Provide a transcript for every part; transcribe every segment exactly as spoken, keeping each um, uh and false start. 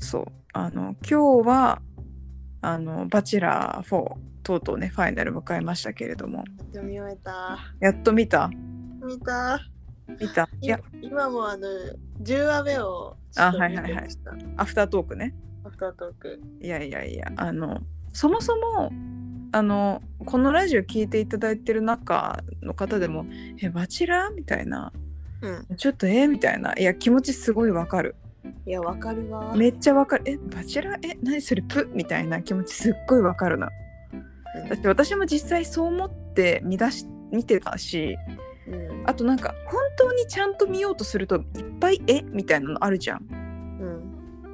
そうあの今日はあのバチェラーフォーとうとうねファイナル迎えましたけれども、 やっと見終えた。 やっと見た見た。 見たいや今もあのじゅうわめをちょっと見てました。 あ、はいはいはい、アフタートークね。 アフタートーク。 いやいやいや、あのそもそもあのこのラジオ聞いていただいてる中の方でもえバチェラーみたいな、うん、ちょっとえみたいな、いや気持ちすごいわかる。 いやわかるわ。 めっちゃわかる。えバチェラーえ何それプみたいな気持ちすっごいわかるな。うん、だって私も実際そう思って見出し見てたし、うん、あとなんか本当にちゃんと見ようとするといっぱいえみたいなのあるじゃん。うん、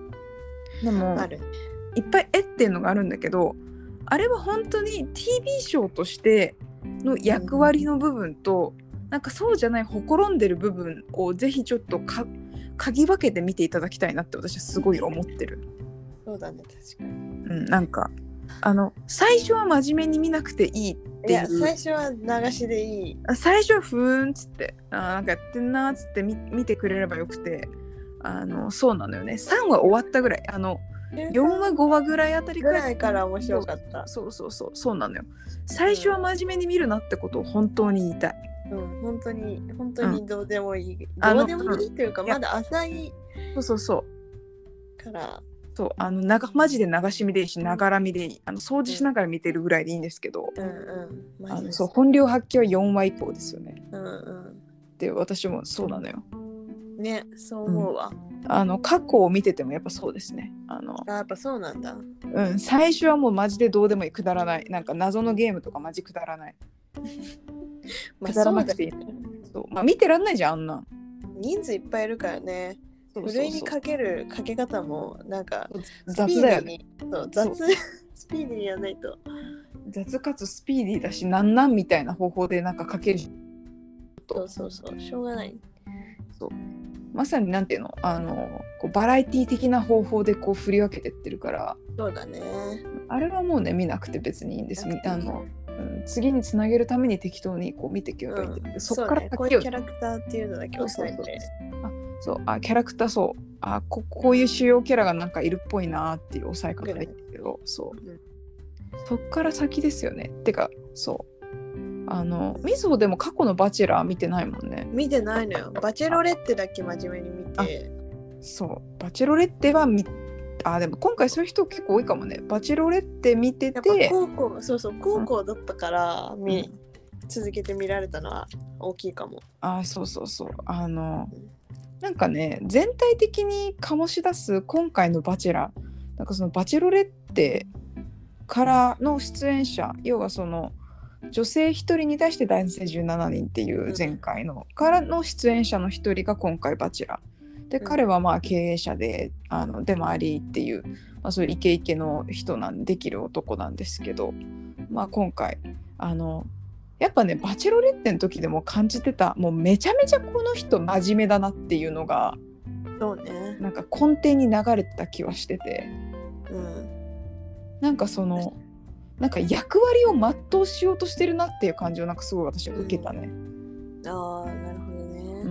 でもあるいっぱいえっていうのがあるんだけど、あれは本当に ティービー ショーとしての役割の部分と、うん、なんかそうじゃないほころんでる部分をぜひちょっとか嗅ぎ分けて見ていただきたいなって私はすごい思ってる。 そうだね、確かに。 うん、なんかあの最初は真面目に見なくていいっていう。いや最初は流しでいい。 最初はふーんっつってあなんかやってんなっつって見、見てくれればよくて、あのそうなのよね。さんわ終わったぐらい、あのよんわごわぐらいあたりぐらいから面白かった。 そうそうそうそうなのよ。最初は真面目に見るなってことを本当に言いたい。 うん、本当に本当にどうでもいい、うん、どうでもいいっていうか、うん、まだ浅いそうそうそうからそうあのながマジで流し見でいいし、ながら見でいい、あの掃除しながら見てるぐらいでいいんですけど、うんうん、あのそう本領発揮はよんわ以降ですよね。うんうん、で私もそうなのよ。 ね、そう思うわ。 うん、あの過去を見ててもやっぱそうですね。あのあやっぱそうなんだ。 うん、最初はもうマジでどうでもいい、くだらない、なんか謎のゲームとかマジくだらない。くだらなくていい。まあ、そうそう、まあ、見てらんないじゃんあんな。 人数いっぱいいるからね。ふるいにかけるかけ方もなんか雑だよね。 そう雑スピーディーにやらないと。 雑かつスピーディーだし、なんなんみたいな方法でなんかかける。 そうそうそう、しょうがない。 そうまさになんていうの、あのこうバラエティ的な方法でこう振り分けてってるから。 そうだね。 あれはもうね見なくて別にいいんです。あの、うん、次につなげるために適当にこう見ていけばいいんで、うん、そっから先を、 そうね、こういうキャラクターっていうのだけ押さえて。 あそうあキャラクターそうあ こ, こういう主要キャラがなんかいるっぽいなっていう押さえ方がいいんだけど、そう、うん、そっから先ですよね。てかそうあのみずほでも過去のバチェラー見てないもんね。 見てないのよ。バチェロレッテだけ真面目に見て。 そうバチェロレッテは見あでも今回そういう人結構多いかもね。バチェロレッテ見ててやっぱ高校そうそう高校だったから、うん、見続けて見られたのは大きいかも。 あそうそうそうあの、うん、なんかね全体的に醸し出す今回のバチェラー、なんかそのバチェロレッテからの出演者、要はその女性ひとりに対して男性じゅうななにんっていう前回のからの出演者のひとりが今回バチェラーで、彼はまあ経営者であのでもありっていう、まあ、そういうイケイケの人なんできる男なんですけど、まあ、今回あのやっぱねバチェロレッテの時でも感じてた、もうめちゃめちゃこの人真面目だなっていうのがそうね、 なんか根底に流れてた気はしてて、うん、なんかそのなんか役割を全うしようとしてるなっていう感じをなんかすごい私は受けたね。 うん、ああなるほどね、 うん、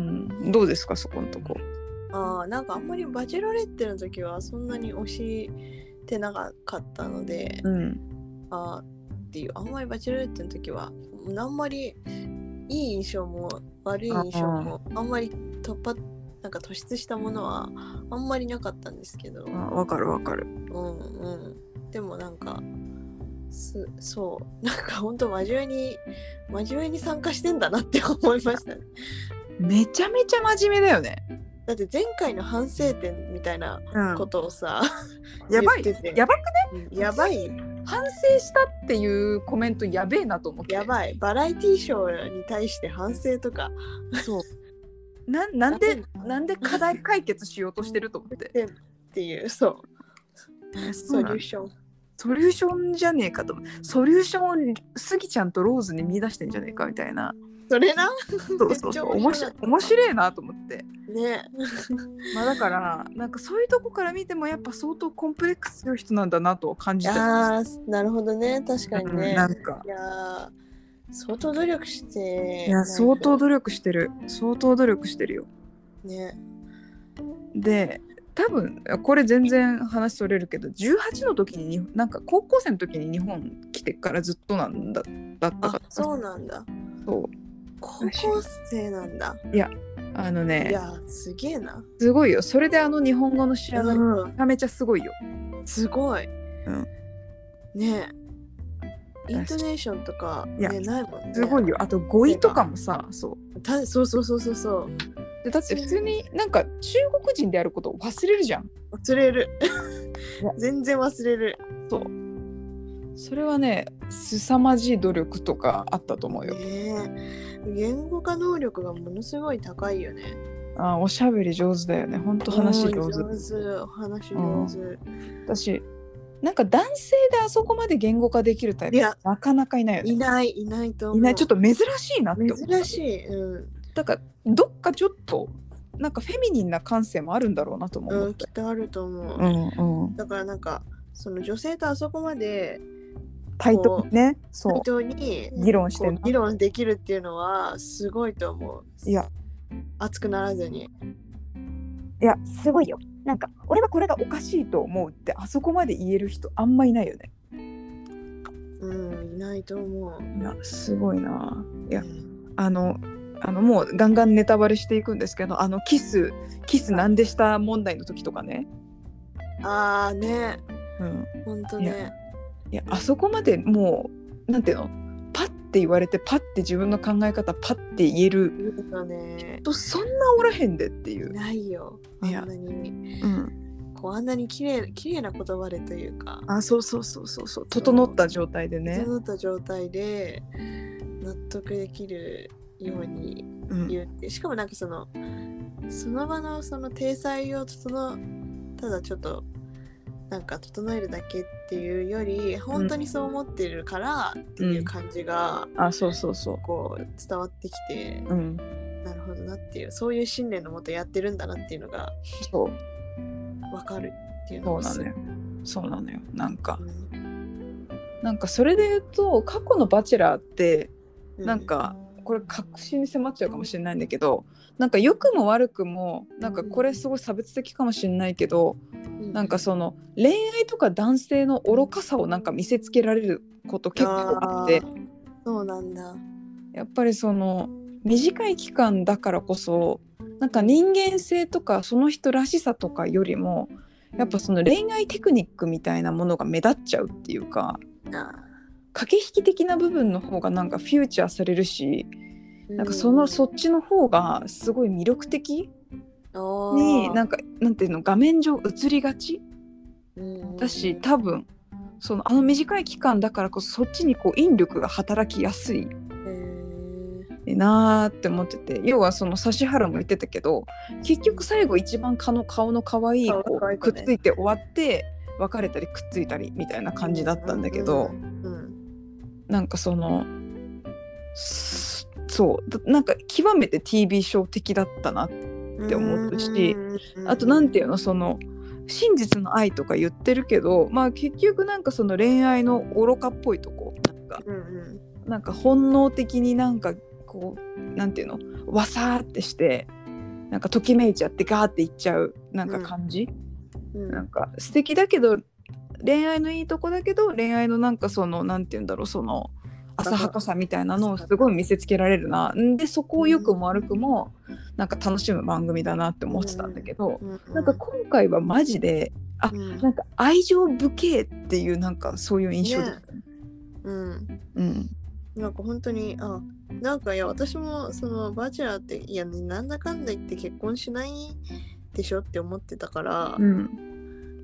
どうですかそこのとこ。 あなんかあんまりバチェロレッテの時はそんなに推してなかったので、うん、あっていうあんまりバチェロレッテの時はあんまりいい印象も悪い印象もあんまり突破なんか突出したものはあんまりなかったんですけど。 わかるわかる。 うんうん。でもなんかすそうなんか本当真面目に真面目に参加してんだなって思いましたね。 めちゃめちゃ真面目だよね。 だって前回の反省点みたいなことをさ、 うん、やばいやばくね、 うん、やばい反省したっていうコメントやべえなと思って。 やばいバラエティショーに対して反省とかそうな, なんでなんで課題解決しようとしてると思ってっていうそうソリューションソリューションじゃねえかと、ソリューションをスギちゃんとローズに見出してんじゃねえかみたいな。 それなそうそうそう面白い面白いなと思ってね。 まあだからなんかそういうとこから見てもやっぱ相当コンプレックス強い人なんだなと感じてああなるほどね確かにね、うん、 なんかいや相当努力していや相当努力してる相当努力してるよね。 で多分これ全然話それるけどじゅうはちの時になんか高校生の時に日本来てからずっとなんだだったから。 あ、そうなんだ。 そう高校生なんだ。 いやあのね、 いやすげえな。 すごいよ。それであの日本語の仕上がり、めちゃめちゃすごいよ。 すごい。 うん。 ねえ。イントネーションとか、ね、ないもんね。 すごいよ。あと語彙とかもさ、そうたそうそうそうそうそう。 でだって普通になんか中国人であることを忘れるじゃん。 忘れる。全然忘れる。 そう。それはね、凄まじい努力とかあったと思うよ。 ね、言語化能力がものすごい高いよね。 あ、おしゃべり上手だよね。ほんと話上手。 上手、話上手。うん、 私なんか男性であそこまで言語化できるタイプなかなかいないよね。 いないいないと思う。 いない、ちょっと珍しいなって思う。 珍しい。うん。 だからどっかちょっとなんかフェミニンな感性もあるんだろうなと思って。 うん、きっとあると思う。 うんうん。 だからなんかその女性とあそこまで対等にね、 そう。対等に議論してんの。 議論できるっていうのはすごいと思う。 いや、 熱くならずに。 いや、すごいよ。なんか俺はこれがおかしいと思うってあそこまで言える人あんまいないよね。 うん、いないと思う。 いや、すごいな。いや、うん、あのあのもうガンガンネタバレしていくんですけど、あのキスキスなんでした問題の時とかね。 あーね。 うん。 ほんとね。 いや、あそこまでもうなんていうの、パッて言われてパッて自分の考え方パッて言える人、ね、 とそんなおらへんでっていう。 いないよ。あんなに。 うん。 こうあんなに綺麗綺麗な言葉でというか。 あ、そうそうそうそうそう。整った状態でね。 整った状態で納得できるように言って、うん、しかもなんかそのその場のその体裁を整ただちょっとなんか整えるだけっていうより本当にそう思ってるからっていう感じが、 うん、あ、そうそうそう、 こう伝わってきて、 うん、 なるほどなっていう、そういう信念のもとやってるんだなっていうのがそう分かるっていうのがそうなのよそうなのよなんか、うん、なんかそれで言うと過去のバチェラーってなんか、うん、これ確信に迫っちゃうかもしれないんだけど、なんか良くも悪くもなんかこれすごい差別的かもしれないけど、うん、なんかその恋愛とか男性の愚かさをなんか見せつけられること結構あって、 そうなんだ。 やっぱりその短い期間だからこそなんか人間性とかその人らしさとかよりもやっぱその恋愛テクニックみたいなものが目立っちゃうっていうか、駆け引き的な部分の方がなんかフューチャーされるし、なんかそのそっちの方がすごい魅力的になんかなんていうの、画面上映りがちだし、多分そのあの短い期間だからこそそっちにこう引力が働きやすいなーって思ってて、要はその指原も言ってたけど結局最後一番顔の顔の可愛い子くっついて終わって別れたりくっついたりみたいな感じだったんだけど、うんうんうん、なんかそのそうなんか極めて ティービー ショー的だったなって思うし、あとなんていうの、その真実の愛とか言ってるけど、まあ結局なんかその恋愛の愚かっぽいとこなんか、うんうん、なんか本能的になんかこうなんていうのわさーってしてなんかときめいちゃってガーっていっちゃうなんか感じ、うんうん、なんか素敵だけど恋愛のいいとこだけど恋愛のなんかそのなんていうんだろう、その浅はかさみたいなのをすごい見せつけられるな。でそこを良くも悪くもなんか楽しむ番組だなって思ってたんだけど、うんうん、なんか今回はマジであ、うん、なんか愛情不敬っていうなんかそういう印象だったね。 うんうんなんか本当にあなんかいや私もそのバチェラーっていや、ね、なんだかんだ言って結婚しないでしょって思ってたから、うん、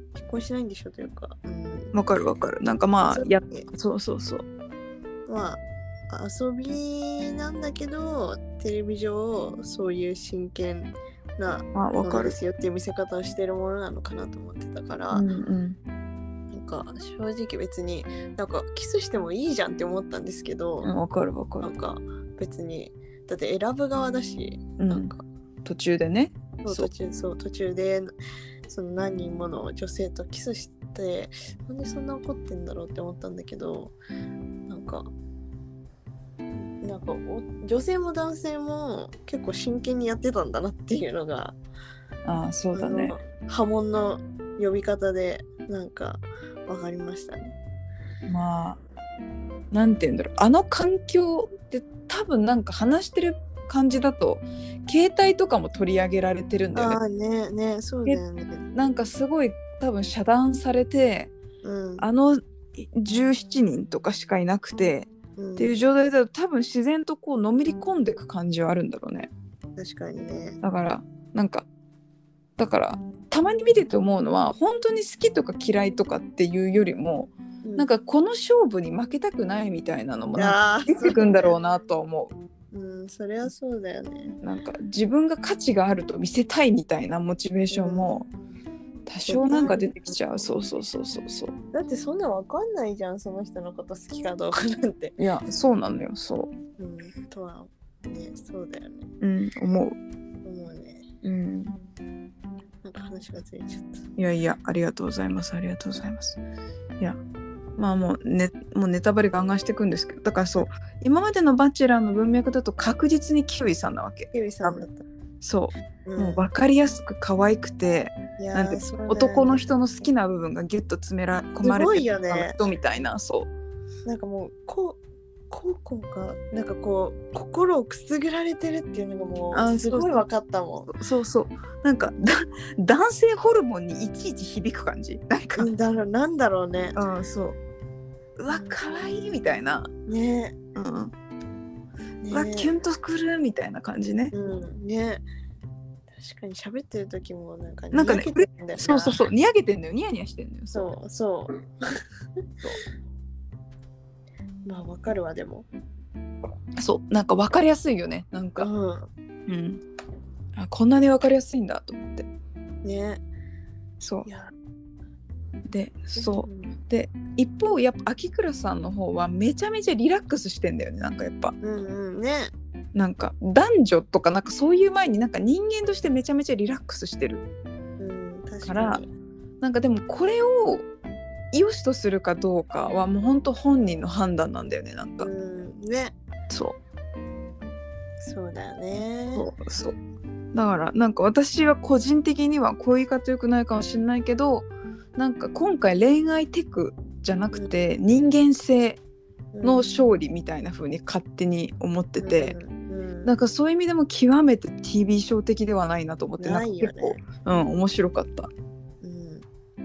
結婚しないんでしょというかわ、 うん、かるわかるなんかまあやそうそうそうまあ遊びなんだけどテレビ上そういう真剣なものですよっていう見せ方をしてるものなのかなと思ってたから、うんうんなんか正直別になんかキスしてもいいじゃんって思ったんですけど、 わ、うん、かるわかる。 なんか別にだって選ぶ側だし、うん、なんか途中でねそう途中そう途中でその何人もの女性とキスしてなんでそんな怒ってんだろうって思ったんだけど、なんかなんか女性も男性も結構真剣にやってたんだなっていうのがああそうだね。 波紋の呼び方でなんか分かりましたね。 まあなんて言うんだろう、あの環境って多分なんか話してる感じだと携帯とかも取り上げられてるんだよね。 ああねねそうだよね。 なんかすごい多分遮断されて、 うん、 あのじゅうななにんとかしかいなくて、うん、っていう状態だと多分自然とこうのめり込んでいく感じはあるんだろうね。 確かにね。 だからなんかだからたまに見てて思うのは本当に好きとか嫌いとかっていうよりも、うん、なんかこの勝負に負けたくないみたいなのもなんか出てくんだろうなと思う。うん、それはそうだよね。 なんか自分が価値があると見せたいみたいなモチベーションも多少なんか出てきちゃう、うん、そうそうそうそうそうだってそんなわかんないじゃんその人のこと好きかどうかなんて。 いやそうなのよそう、 うん、とはねそうだよね。 うん思う思うね。 うんなんか話がついちゃった。 いやいやありがとうございますありがとうございます。いやまあもうねもうネタバレガンガンしていくんですけど、だからそう今までのバチェラーの文脈だと確実にキウイさんなわけ。 キウイさんだった。 そう、うん、もう分かりやすく可愛くてなんて、ね、男の人の好きな部分がギュッと詰めら込まれてる人みたいな、そうなんかもうこうこうこうかなんかこう心をくすぐられてるっていうのがもうすごい分かったもん。 そうそうなんか男性ホルモンにいちいち響く感じなんかだろなんだろうね。 うんそううわ可愛いみたいなねうんねうわキュンとくるみたいな感じね。 うんね確かに喋ってる時もなんかにやけてんだよね。そうそうそうにやけてんのよニヤニヤしてんのよ。 そうそうそうまあわかるわでもそうなんかわかりやすいよねなんか、うんうん、あこんなにわかりやすいんだと思ってねそういやでそうで一方やっぱ秋倉さんの方はめちゃめちゃリラックスしてんだよねなんかやっぱうんうんねなんか男女とかなんかそういう前になんか人間としてめちゃめちゃリラックスしてる、 うん、確かにからなんかでもこれを良しとするかどうかはもう本当本人の判断なんだよねなんか、 うん、ねそうそうだよねそうそうだからなんか私は個人的にはこういう言い方良くないかもしれないけどなんか今回恋愛テクじゃなくて人間性の勝利みたいな風に勝手に思ってて、うんうん、なんかそういう意味でも極めて ティービー ショー的ではないなと思ってなんか結構、うん、面白かった、うん、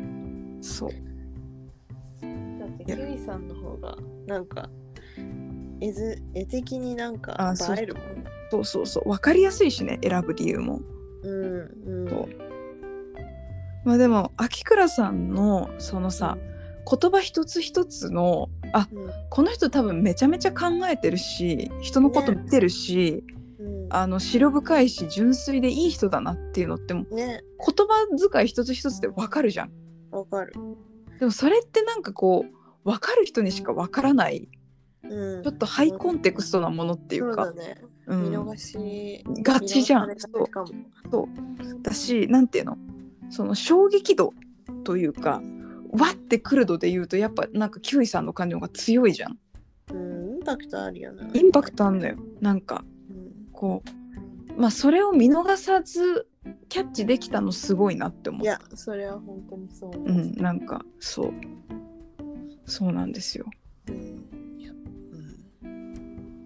そうだってキウイさんの方がなんか絵図絵的になんか映えるもん。 そうそうそう分かりやすいしね選ぶ理由も、 うんうん、そうまあでも秋倉さんのそのさ、うん、言葉一つ一つのあ、うん、この人多分めちゃめちゃ考えてるし人のこと見てるし、ねうん、あの思慮深いし純粋でいい人だなっていうのっても、ね、言葉遣い一つ一つで分かるじゃん。 分かる。 でもそれってなんかこう分かる人にしか分からない、うん、ちょっとハイコンテクストなものっていうか、 そうだね、うん、見逃しがちじゃん。そうそうだしなんていうのその衝撃度というかわってくる度で言うとやっぱなんかキウイさんの感情が強いじゃん。 うん、インパクトあるよな。 インパクトあんのよなんか、うん、こうまあそれを見逃さずキャッチできたのすごいなって思った。 いやそれは本当にそう、 うん、なんかそうそうなんですよ、 うんいやうん、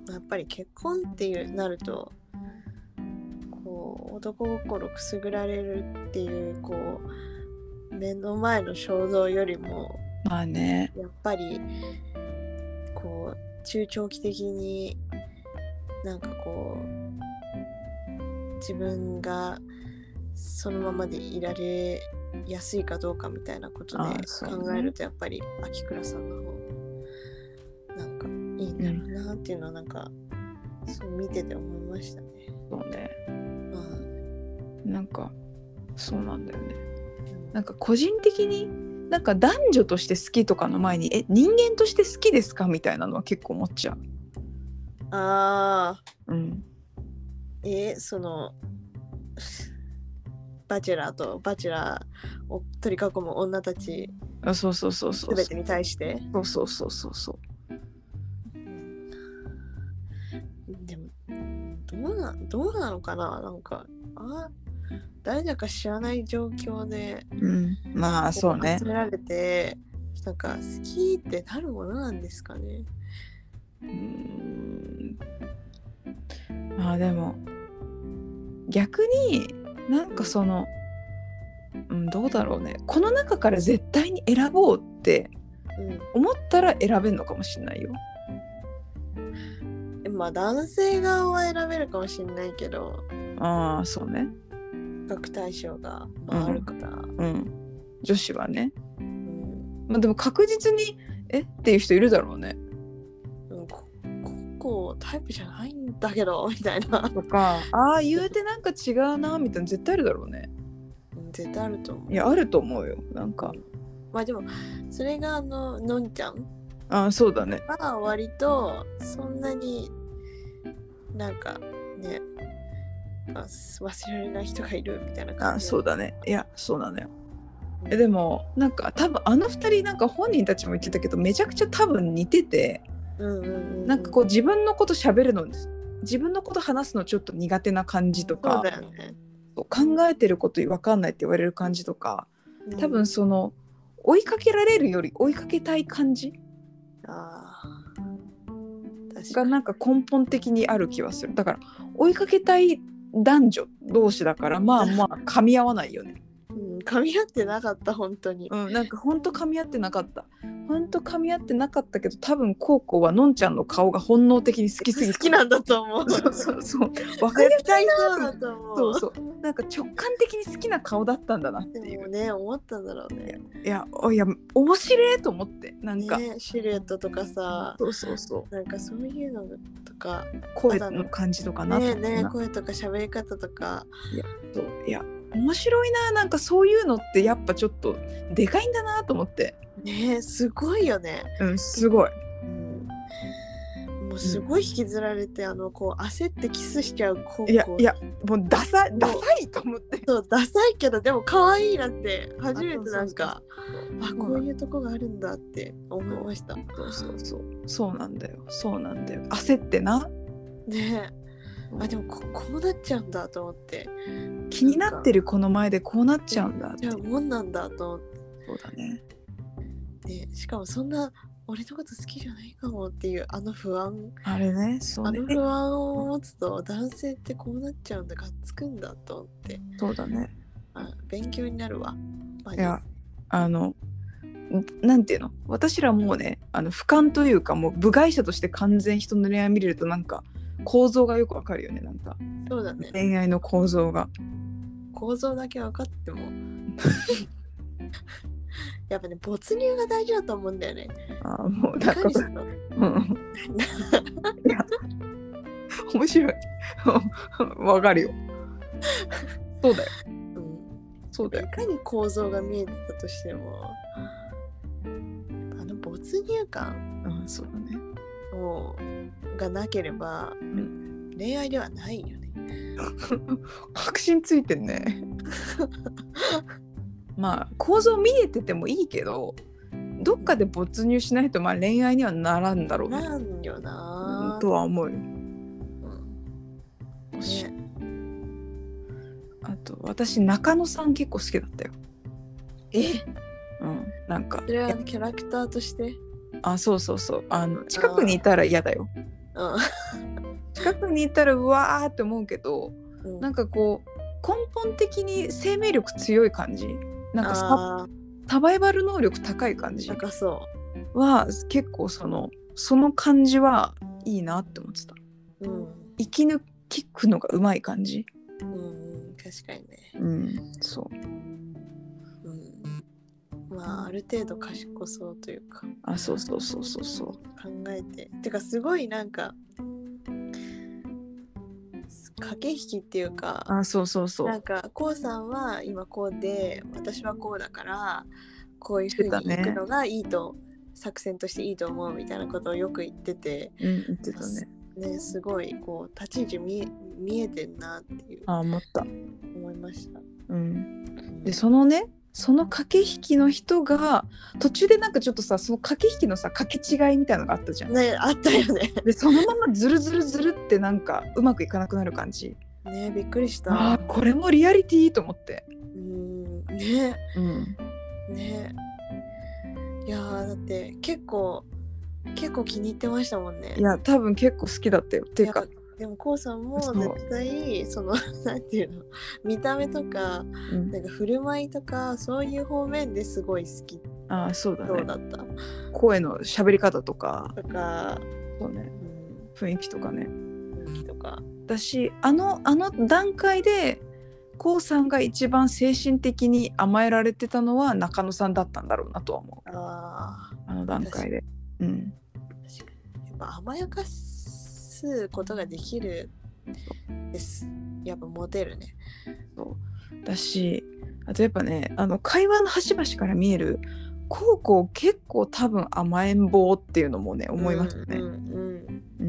やっぱり結婚っていうなるとこう男心くすぐられるっていうこう目の前の衝動よりもまあねやっぱりこう中長期的になんかこう自分がそのままでいられやすいかどうかみたいなことで考えるとやっぱり秋倉さんの方なんかいいんだろうなっていうのはなんか、うん、そう見てて思いましたね。 そうね、うん、なんかそうなんだよね、うん、なんか個人的になんか男女として好きとかの前にえ人間として好きですかみたいなのは結構思っちゃう。 ああうんえー、そのバチェラーとバチェラーを取り囲む女たちあそうそうそうそう全てに対してそうそうそうそうそうでもどうなどうなのかななんかあ誰だか知らない状況で、 うん、まあそうね集められてなんか好きってなるものなんですかね。 うーん、まあでも逆になんかその、うん、どうだろうね、この中から絶対に選ぼうって思ったら選べるのかもしれないよ。 まあ男性側は選べるかもしれないけど、 ああそうね、 比較対象が、まあ、あるから、 うん、うん、女子はね、 うん、 まあでも確実にえっていう人いるだろうね、 うん、ここタイプじゃないんだけどみたいなとか、ああ言うてなんか違うなみたいな絶対あるだろうね。 絶対あると思う。 いやあると思うよ、なんか、 まあでもそれがあののんちゃんああそうだねは割とそんなになんかね忘れられない人がいるみたいな感じ。 あそうだね、いやそうなのよ。えでもなんか多分あのふたりなんか本人たちも言ってたけどめちゃくちゃ多分似てて、 うんうんうんうん、 なんかこう自分のこと喋るの自分のこと話すのちょっと苦手な感じとか、 そうだよね、 考えてること分かんないって言われる感じとか、多分その追いかけられるより追いかけたい感じあがなんか根本的にある気はする。だから追いかけたい男女同士だからまあまあ噛み合わないよね。 うん、噛み合ってなかった本当に、 うん、なんか本当噛み合ってなかった本当噛み合ってなかったけど、多分コウコはのんちゃんの顔が本能的に好きすぎて好きなんだと思う。 そうそうそう分かりや絶対そうだと思う。 そうそうなんか直感的に好きな顔だったんだなっていう。 でもね思ったんだろうね。 いやいや面白いと思ってなんか、 ね、シルエットとかさ、 そうそうそうなんかそういうのとか声の感じとかなねね声とか喋り方とか、 いやそういや面白いな、なんかそういうのってやっぱちょっとでかいんだなと思ってね、すごいよね。 うんすごい、 うん、もうすごい引きずられて、うん、あのこう焦ってキスしちゃう高校、 いやいやもうダサダサいと思って、 そうダサいけどでも可愛いなって初めてなんかあこういうとこがあるんだって思いました。 そうそうそうそうなんだよそうなんだよ焦ってなねえ、あでも こ, こうなっちゃうんだと思って、 気になってるこの前でこうなっちゃうんだって、 じゃあもんなんだと思って、 そうだねでしかもそんな俺のこと好きじゃないかもっていうあの不安、 あれねそうね、 あの不安を持つと男性ってこうなっちゃうんだ、がっつくんだと思って、 そうだね、 あ勉強になるわ。 いやあのなんていうの、私らもうねあの俯瞰というかもう部外者として完全人の恋愛見れるとなんか構造がよくわかるよね。なんかそうだね、 恋愛の構造が構造だけ分かってもやっぱね没入が大事だと思うんだよね。 あもうだから、うん、いや面白いわかるよそうだよ、うん、そうだよ。 いかに構造が見えてたとしてもあの没入感、 うん、そうだねをがなければ、うん、恋愛ではないよね確信ついてんねまあ構造見えててもいいけどどっかで没入しないとまあ恋愛にはならんだろうね。 なんよな、 うん、とは思うよ、うんね、 あと私中野さん結構好きだったよ。 えうんなんかそれはキャラクターとして、 あそうそうそうあの近くにいたら嫌だよ、 うん、 近くにいたらうわーって思うけど、うん、なんかこう根本的に生命力強い感じ、なんかサ、サバイバル能力高い感じは結構そのその感じはいいなって思ってた、うん、生き抜くのがうまい感じ、 うん、確かにね、 うん、そう、 うん、まあある程度賢そうというか、 あそうそうそうそうそう考えててかすごいなんか駆け引きっていうか、 あそうそうそうなんかこうさんは今こうで私はこうだからこういう風にいくのがいいと、ね、作戦としていいと思うみたいなことをよく言ってて、 うん、言ってたね。 ねすごいこう立ち位置見え、見えてんなっていう、 あ思った思いました。 うん、でそのねその駆け引きの人が途中でなんかちょっとさその駆け引きのさ掛け違いみたいなのがあったじゃん。 ねあったよね。 でそのままズルズルズルってなんかうまくいかなくなる感じ。 ね、びっくりした。 あ、これもリアリティと思って。 うんね、 うん、 ね。いやだって結構結構気に入ってましたもんね。 いや多分結構好きだったよ。っていうかでもこうさんも絶対そのなんていうの、見た目とか、うん、なんか振る舞いとかそういう方面ですごい好き。 ああ、そうだね。 そうだった。 声の喋り方とかとか、 そうね、うん、雰囲気とかね。 雰囲気とか。 私あのあの段階でこうさんが一番精神的に甘えられてたのは中野さんだったんだろうなとは思う。ああの段階で。うん。 確かにやっぱ甘やかすことができるです。やっぱモテるね。 そうだし、あとやっぱね、あの会話の端々から見えるこうこう結構多分甘えん坊っていうのもね思いますね。うん、うんうん、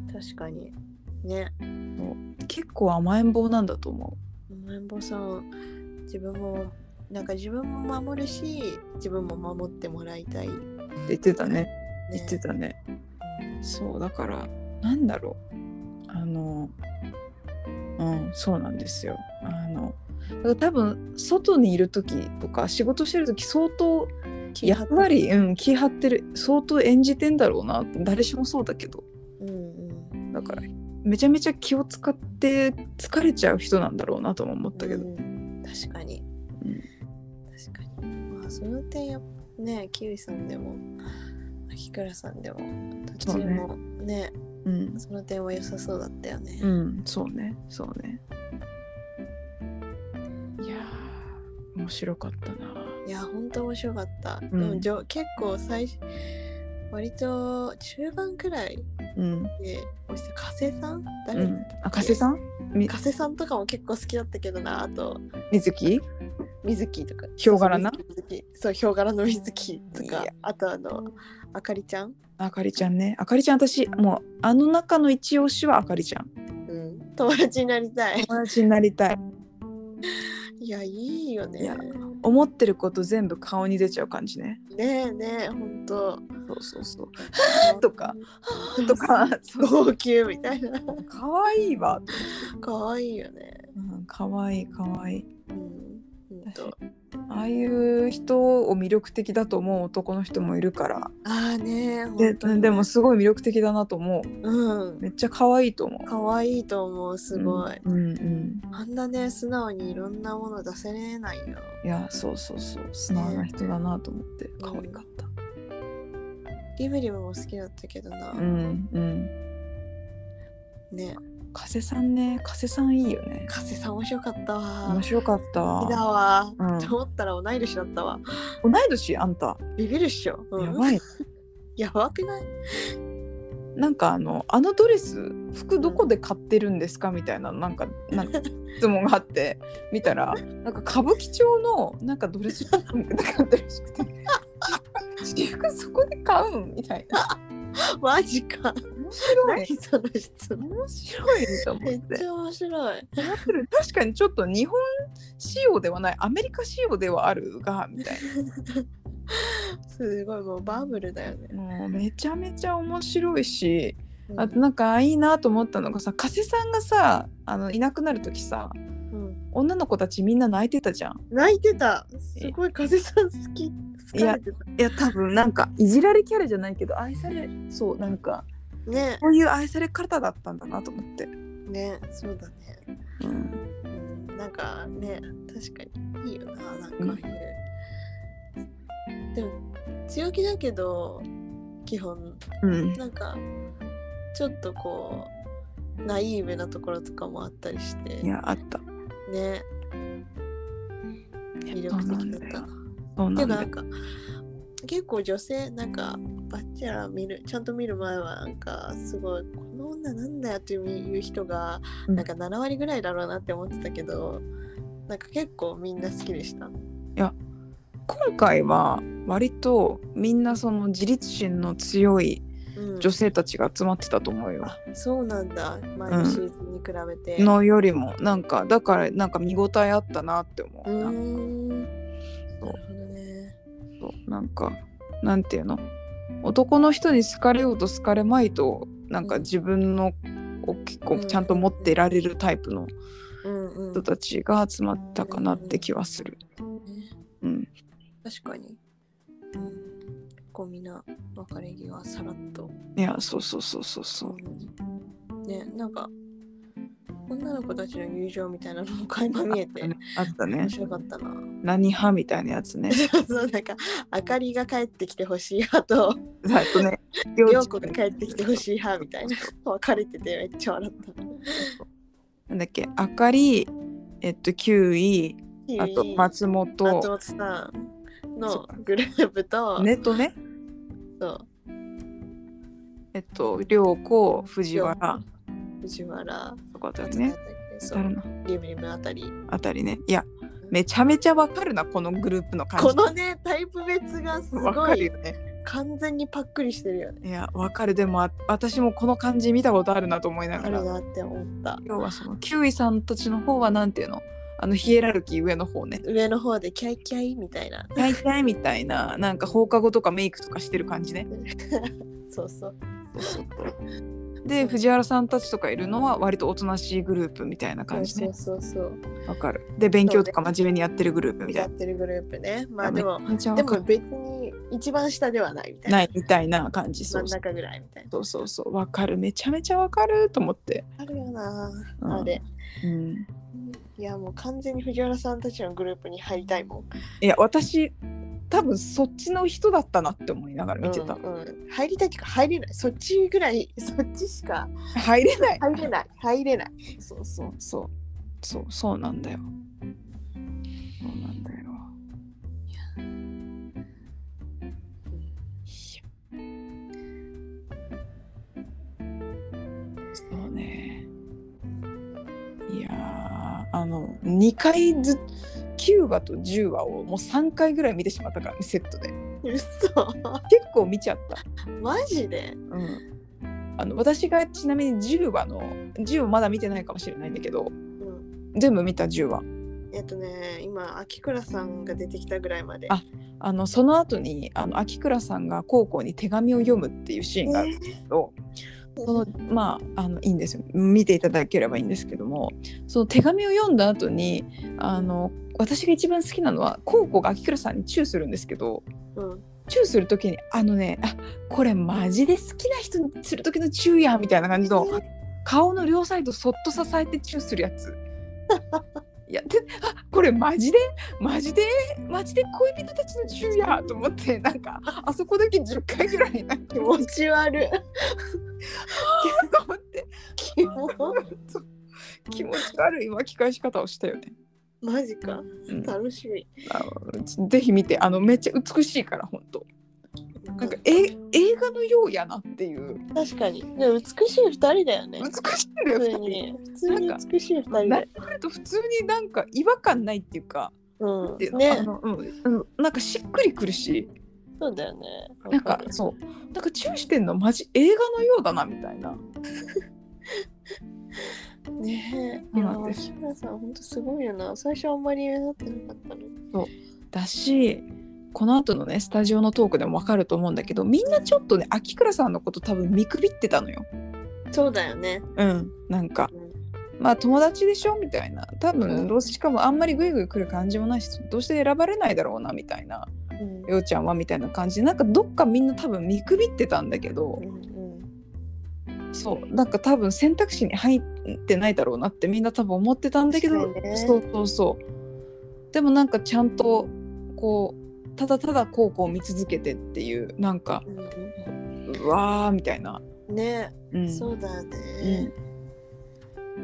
確かにね。 そう結構甘えん坊なんだと思う。甘えん坊さん、自分もなんか自分も守るし自分も守ってもらいたいって言ってたね。ね言ってたね。そうだからなんだろう、あのうんそうなんですよ。あのだから多分外にいる時とか仕事してる時相当やっぱり、うん、気張ってる、相当演じてんだろうな。誰しもそうだけど、うんうん、だからめちゃめちゃ気を使って疲れちゃう人なんだろうなとも思ったけど、うん、 確かに、うん、確かに。まあその点やね、キウイさんでも秋倉さんでもどっちも ね, ね、うん、その点は良さそうだったよね。 うん、そうねそうね。いやー面白かったな。 いや本当面白かった、うん、でもじょ結構最初割と中盤くらいで、うん、加瀬さん誰、うん、 あ加瀬さん加瀬さんとかも結構好きだったけどな。あと水木水木とかヒョウ柄なそうヒョウ柄の水木とか、あとあのあかりちゃんあかりちゃんね。あかりちゃん私もうあの中の一押しはあかりちゃん、 うん、友達になりたい友達になりたいいやいいよね。いや思ってること全部顔に出ちゃう感じね。 ねえねえほんとそうそうそうとかとか号泣みたいなかわいいわ。 かわいいよね、 うん、かわいいかわいい、うん、 ほんとああいう人を魅力的だと思う男の人もいるから。 あーねで, でもすごい魅力的だなと思う、うん、めっちゃ可愛いと思う。 可愛いと思うすごい、 うんうんうん、 あんなね素直にいろんなもの出せれないよ。 いやそうそうそう素直な人だなと思って可愛かった、うん、 リブリブも好きだったけどな。 うんうんね。加瀬さんね、加瀬さんいいよね。 加瀬さん面白かったわ。 面白かったわ。 好きだわ、うん、と思ったら同い年だったわ。 同い年あんた。 ビビるっしょ、うん、 やばいやばくない？ なんかあのあのドレス服どこで買ってるんですかみたいななんかなんか質問があって見たらなんか歌舞伎町のなんかドレスショップで買ってるらしくて私服そこで買うんみたいな。 マジか。 面白い。 何その質問。 面白いと思って。 めっちゃ面白い。 確かにちょっと日本仕様ではないアメリカ仕様ではあるがみたいな。 すごいもうバブルだよね。 もうめちゃめちゃ面白いし、うん、あとなんかいいなと思ったのがさ、加瀬さんがさあのいなくなる時さ、うん、女の子たちみんな泣いてたじゃん。 泣いてた。すごい加瀬さん好き。 いやいや多分なんかいじられキャラじゃないけど愛されそうなんかねこういう愛され方だったんだなと思って。 ねそうだね。うん、うん、なんかね確かにいいよななんかああいう。うんでも強気だけど基本、うん、なんかちょっとこうナイーブなところとかもあったりして。 いやあったね魅力的だったな。 そうなんだ。 てかなんか結構女性なんかバッチェラー見るちゃんと見る前はなんかすごいこの女なんだよっていう人がなんかななわりぐらいだろうなって思ってたけど、うん、なんか結構みんな好きでした。いや今回は割とみんなその自立心の強い女性たちが集まってたと思うよ、 うん、あそうなんだ前のシーズンに比べて、 うん、のよりもなんかだからなんか見応えあったなって思う。うーんなるほどね。 そうなんかなんていうの男の人に好かれようと好かれまいとなんか自分のを結構ちゃんと持ってられるタイプのうんうん、 人たちが集まったかなって気はする。うん、 確かに、うん、結構みんな別れ際さらっと。 いや、そうそうそうそうそう、 うん、ね、なんか女の子たちの友情みたいなのも垣間見えてあったね。 面白かったな。 何派みたいなやつね。 そう、なんかあかりが帰ってきてほしい派と、 あとね、 りょうこが帰ってきてほしい派みたいな分かれててめっちゃ笑った。 なんだっけ、あかり、えっとキウイ、あと松本、 松本さんのグループと、 ねとね、 そう、 えっとりょうこ、藤原、 藤原、 とかだよね。 そう、リムリムあたり。 あたりね。いや、めちゃめちゃわかるな、このグループの感じ。 このね、タイプ別がすごい。わかるよね。完全にパックリしてるよね。 いや、わかる。でも私もこの感じ見たことあるなと思いながら。 あるなって思った。 要はそのキウイさんたちの方はなんていうの、あのヒエラルキー上の方ね。 上の方でキャイキャイみたいな。 キャイキャイみたいな、なんか放課後とかメイクとかしてる感じね。 そうそう。そうそうで、藤原さんたちとかいるのは割とおとなしいグループみたいな感じね。 そうそうそうわかる。で、勉強とか真面目にやってるグループみたいな。 やってるグループね。まあでも、でも別に一番下ではないみたいな。 ないみたいな感じ。 真ん中ぐらいみたいな。 そうそうそう。わかる。めちゃめちゃわかると思って。 あるよな、うん、あれ。うん。いや、もう完全に藤原さんたちのグループに入りたいもん。 いや、私、多分そっちの人だったなって思いながら見てた。 うんうん、入りたいっていうか入れない。そっちぐらい、そっちしか入れない。 入れない。入れない。 そうそうそう。そう、そうなんだよ。そうなんだよ。いや。そうね。いやー、あの、にかいずきゅうわとじゅうわをもうさんかいぐらい見てしまったからね、セットで。 嘘。 結構見ちゃった。 マジで？ うん。あの私がちなみにじゅうわのじゅうわまだ見てないかもしれないんだけど、うん、全部見たじゅうわ。 えっとね、今秋倉さんが出てきたぐらいまで。 あ、あのその後にあの秋倉さんが高校に手紙を読むっていうシーンがあるんですけど、えー、そのまああのいいんですよ。見ていただければいいんですけども、その手紙を読んだ後にあの私が一番好きなのは高校が秋倉さんにチューするんですけど。うん、チューするときにあのね、あ、これマジで好きな人にするときのチューやみたいな感じの、顔の両サイドそっと支えてチューするやついやで、あ、これマジでマジでマジで恋人たちのチューやと思って、なんかあそこだけじゅっかいぐらいなんか気持ち悪いと思って気持気持ち悪い巻き返し方をしたよね。 マジか、うん、楽しみ。 あのぜひ見て、あのめっちゃ美しいから本当。なんかえ映画のようやなっていう。 確かに。でも美しい二人だよね。 美しいんだよ普通に。普通に美しい二人で。 なんかと普通になんか違和感ないっていうか、 うん、ね、あの、 うん、なんかしっくりくるし。 そうだよね。 なんかそうなんかチューしてんのマジ映画のようだなみたいな。 ねえ、いやー、志村さん本当すごいよな。最初あんまり目立ってなかったの。 そうだし、この後のねスタジオのトークでも分かると思うんだけど、みんなちょっとね秋倉さんのこと多分見くびってたのよ。 そうだよね。 うん、なんか、うん、まあ友達でしょみたいな、多分どうしかもあんまりグイグイ来る感じもないし、どうして選ばれないだろうなみたいな、うん、ようちゃんはみたいな感じで、なんかどっかみんな多分見くびってたんだけど、うんそうなんか多分選択肢に入ってないだろうなってみんな多分思ってたんだけど、ね、そうそうそうでもなんかちゃんとこうただただ高校を見続けてっていうなんか、うん、うわーみたいなね、うん、そうだよね、 うん、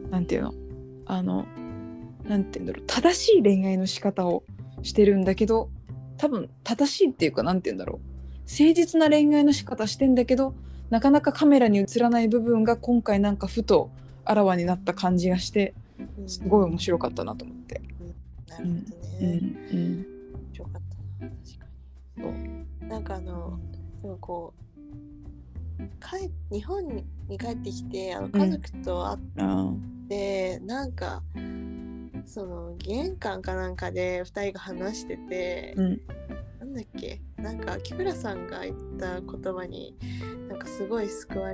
なんていうのあのなんていうんだろう、正しい恋愛の仕方をしてるんだけど、多分正しいっていうかなんていうんだろう、誠実な恋愛の仕方してんだけどなかなかカメラに映らない部分が今回なんかふとあらわになった感じがしてすごい面白かったなと思って、 うん、なるほどね、うんうん、面白かったな、確かに。そうなんかあのでもこう帰日本に帰ってきてあの家族と会って、うん、なんかその玄関かなんかでふたりが話してて、うん、なんだっけ、なんか木村さんが言った言葉になんかすごい救われ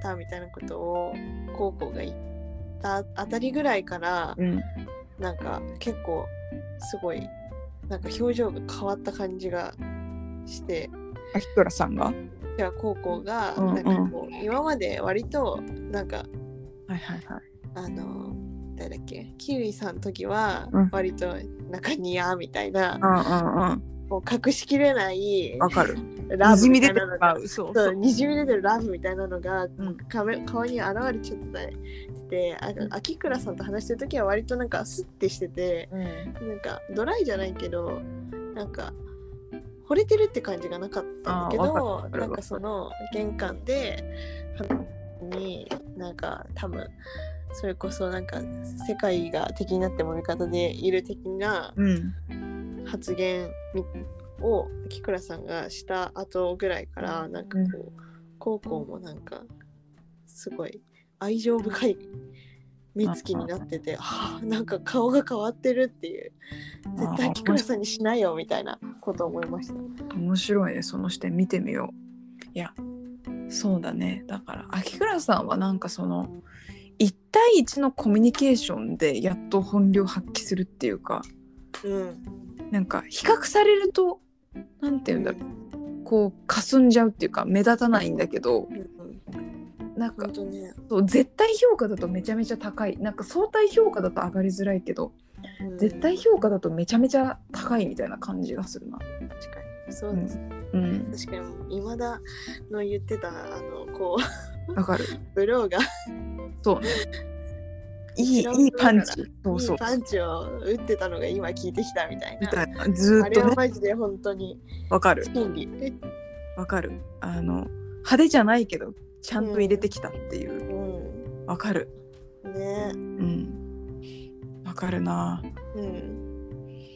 たみたいなことをコウコが言ったあたりぐらいから、うん、なんか結構すごいなんか表情が変わった感じがして秋倉さんがじゃあコウコがなんかこう、うんうん、今まで割となんかはいはいはいあの誰だっけキウイさんの時は割となんかニヤーみたいな、 うんうんうん、 もう隠しきれないわかるラブみたいなのがにじみ出てるそうそうにじみ出てるラブみたいなのが、うん、顔に現れちゃってて、うん、秋倉さんと話してる時は割となんかスッてしてて、うん、なんかドライじゃないけどなんか惚れてるって感じがなかったんだけどなんかその玄関でになんか多分それこそなんか世界が敵になっても味方でいる的な発言を秋倉さんがした後ぐらいからなんかこうコウコウもなんかすごい愛情深い目つきになってて、ああなんか顔が変わってるっていう絶対秋倉さんにしないよみたいなことを思いました。 面白いねその視点見てみよう。いやそうだねだから秋倉さんはなんかそのいち対いちのコミュニケーションでやっと本領発揮するっていうか、うん、なんか比較されるとなんていうんだろうこう霞んじゃうっていうか目立たないんだけど、うんなんか、ね、そう絶対評価だとめちゃめちゃ高いなんか相対評価だと上がりづらいけど、うん、絶対評価だとめちゃめちゃ高いみたいな感じがするな。 確かにそうですね、うん、確かに今田の言ってたあのこうわかるブローがそうねいいいいパンチそうそういいパンチを打ってたのが今聞いてきたみたいなみたいなずっとねあれはマジで本当にわかるわかるあの派手じゃないけどちゃんと入れてきたっていうわ、うん、かるねうんわかるな、うん、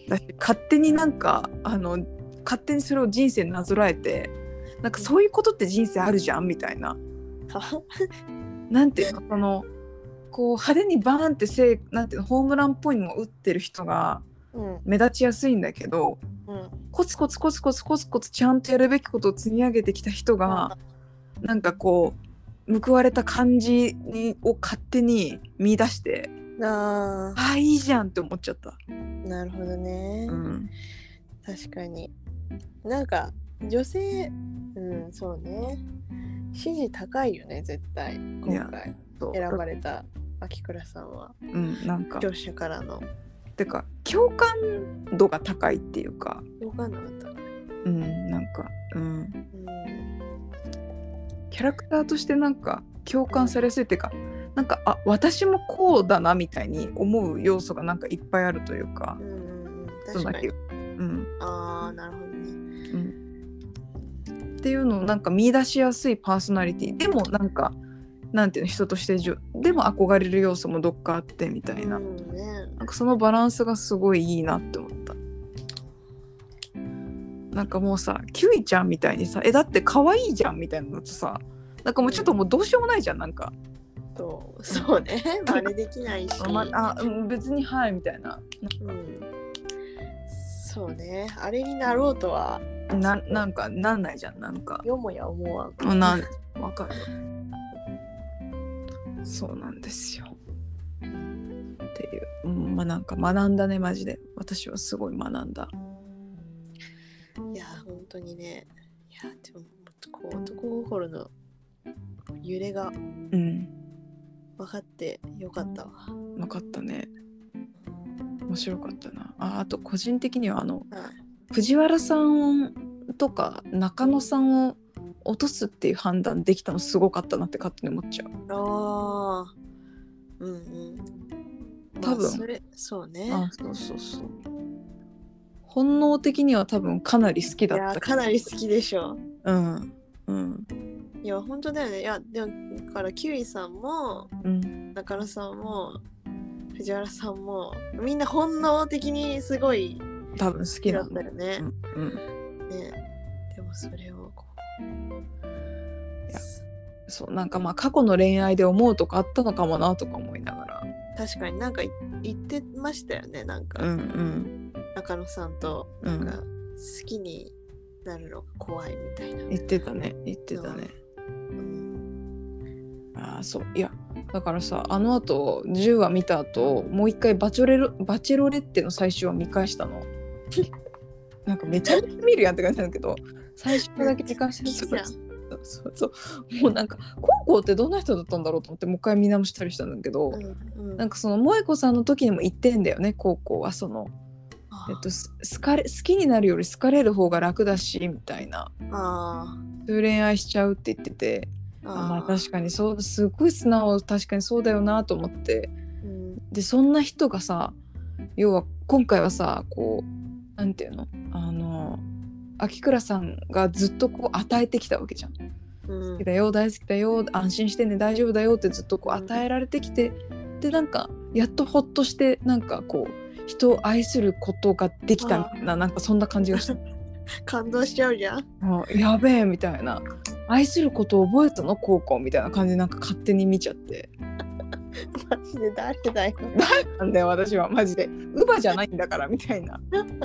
だって勝手になんかあの勝手にそれを人生になぞらえてなんかそういうことって人生あるじゃんみたいななんていうのそのこう派手にバーンってせなんていうのホームランっぽいのを打ってる人が目立ちやすいんだけど、うん、コツコツコツコツコツコツちゃんとやるべきことを積み上げてきた人が、うん、なんかこう報われた感じにを勝手に見出してああいいじゃんって思っちゃった。 なるほどね、うん、確かになんか女性うんそうね支持高いよね絶対今回選ばれた秋倉さんは、 うん、なんか聴者からのてか共感度が高いっていうか共感度が高いうんなんかうん、うん、キャラクターとしてなんか共感されやすいっていうかなんかあ私もこうだなみたいに思う要素がなんかいっぱいあるというか、うん、 確かに、うん、ああなるほどね、 うん、っていうのをなんか見出しやすいパーソナリティでもなんかなんていうの人としてでも憧れる要素もどっかあってみたいな、うんね、なんかそのバランスがすごいいいなって思った。なんかもうさキュイちゃんみたいにさえだって可愛いじゃんみたいなのとさなんかもうちょっともうどうしようもないじゃんなんかそうそうね真似できないし、 まあ、別にはいみたいな、 うん、そうねあれになろうとはななんかなんないじゃんなんかよもや思わんなんわかるそうなんですよっていう、うん、まあなんか学んだねマジで私はすごい学んだ。 いや本当にねいやでもこう男心の揺れが分かってよかったわ、 うん、分かったね面白かったなあ。あと個人的にはあの、ああ藤原さんとか中野さんを落とすっていう判断できたのすごかったなって勝手に思っちゃう。 ああうんうん多分、まあ、それそうねあそうそうそう本能的には多分かなり好きだった。いやかなり好きでしょうんうんいや本当だよね。いやでもだからキウイさんも、うん、中野さんも藤原さんもみんな本能的にすごい多分好きだったよね、 うんうん、 ねでもそれをこういやそうなんかまあ過去の恋愛で思うとかあったのかもなとか思いながら確かになんか言ってましたよねなんか、 うんうん、 中野さんとなんか好きになるのが怖いみたいな、 言ってたね言ってたね、 うん、 あそういやだからさあの後じゅうわ見た後もう一回バチョレロバチェロレッテの最終話見返したのなんかめちゃめちゃ見るやんって感じなんだけど最初だけ見返してるそうそうそうもうなんか高校ってどんな人だったんだろうと思ってもう一回見直したりしたんだけど、うんうん、なんかその萌子さんの時にも言ってんだよね高校はそのえっと、好かれ好きになるより好かれる方が楽だしみたいなあそういう恋愛しちゃうって言っててああまあ確かにそうすごい素直確かにそうだよなと思って、うん、でそんな人がさ要は今回はさこうなんていうのあの秋倉さんがずっとこう与えてきたわけじゃん、うん、好きだよ大好きだよ安心してね大丈夫だよってずっとこう与えられてきて、うん、でなんかやっとほっとしてなんかこう人を愛することができたみたいななんかそんな感じがした感動しちゃうじゃんやべえみたいな愛することを覚えたの高校みたいな感じでなんか勝手に見ちゃってマジで誰だよ誰なんだよ私はマジでウバじゃないんだからみたいな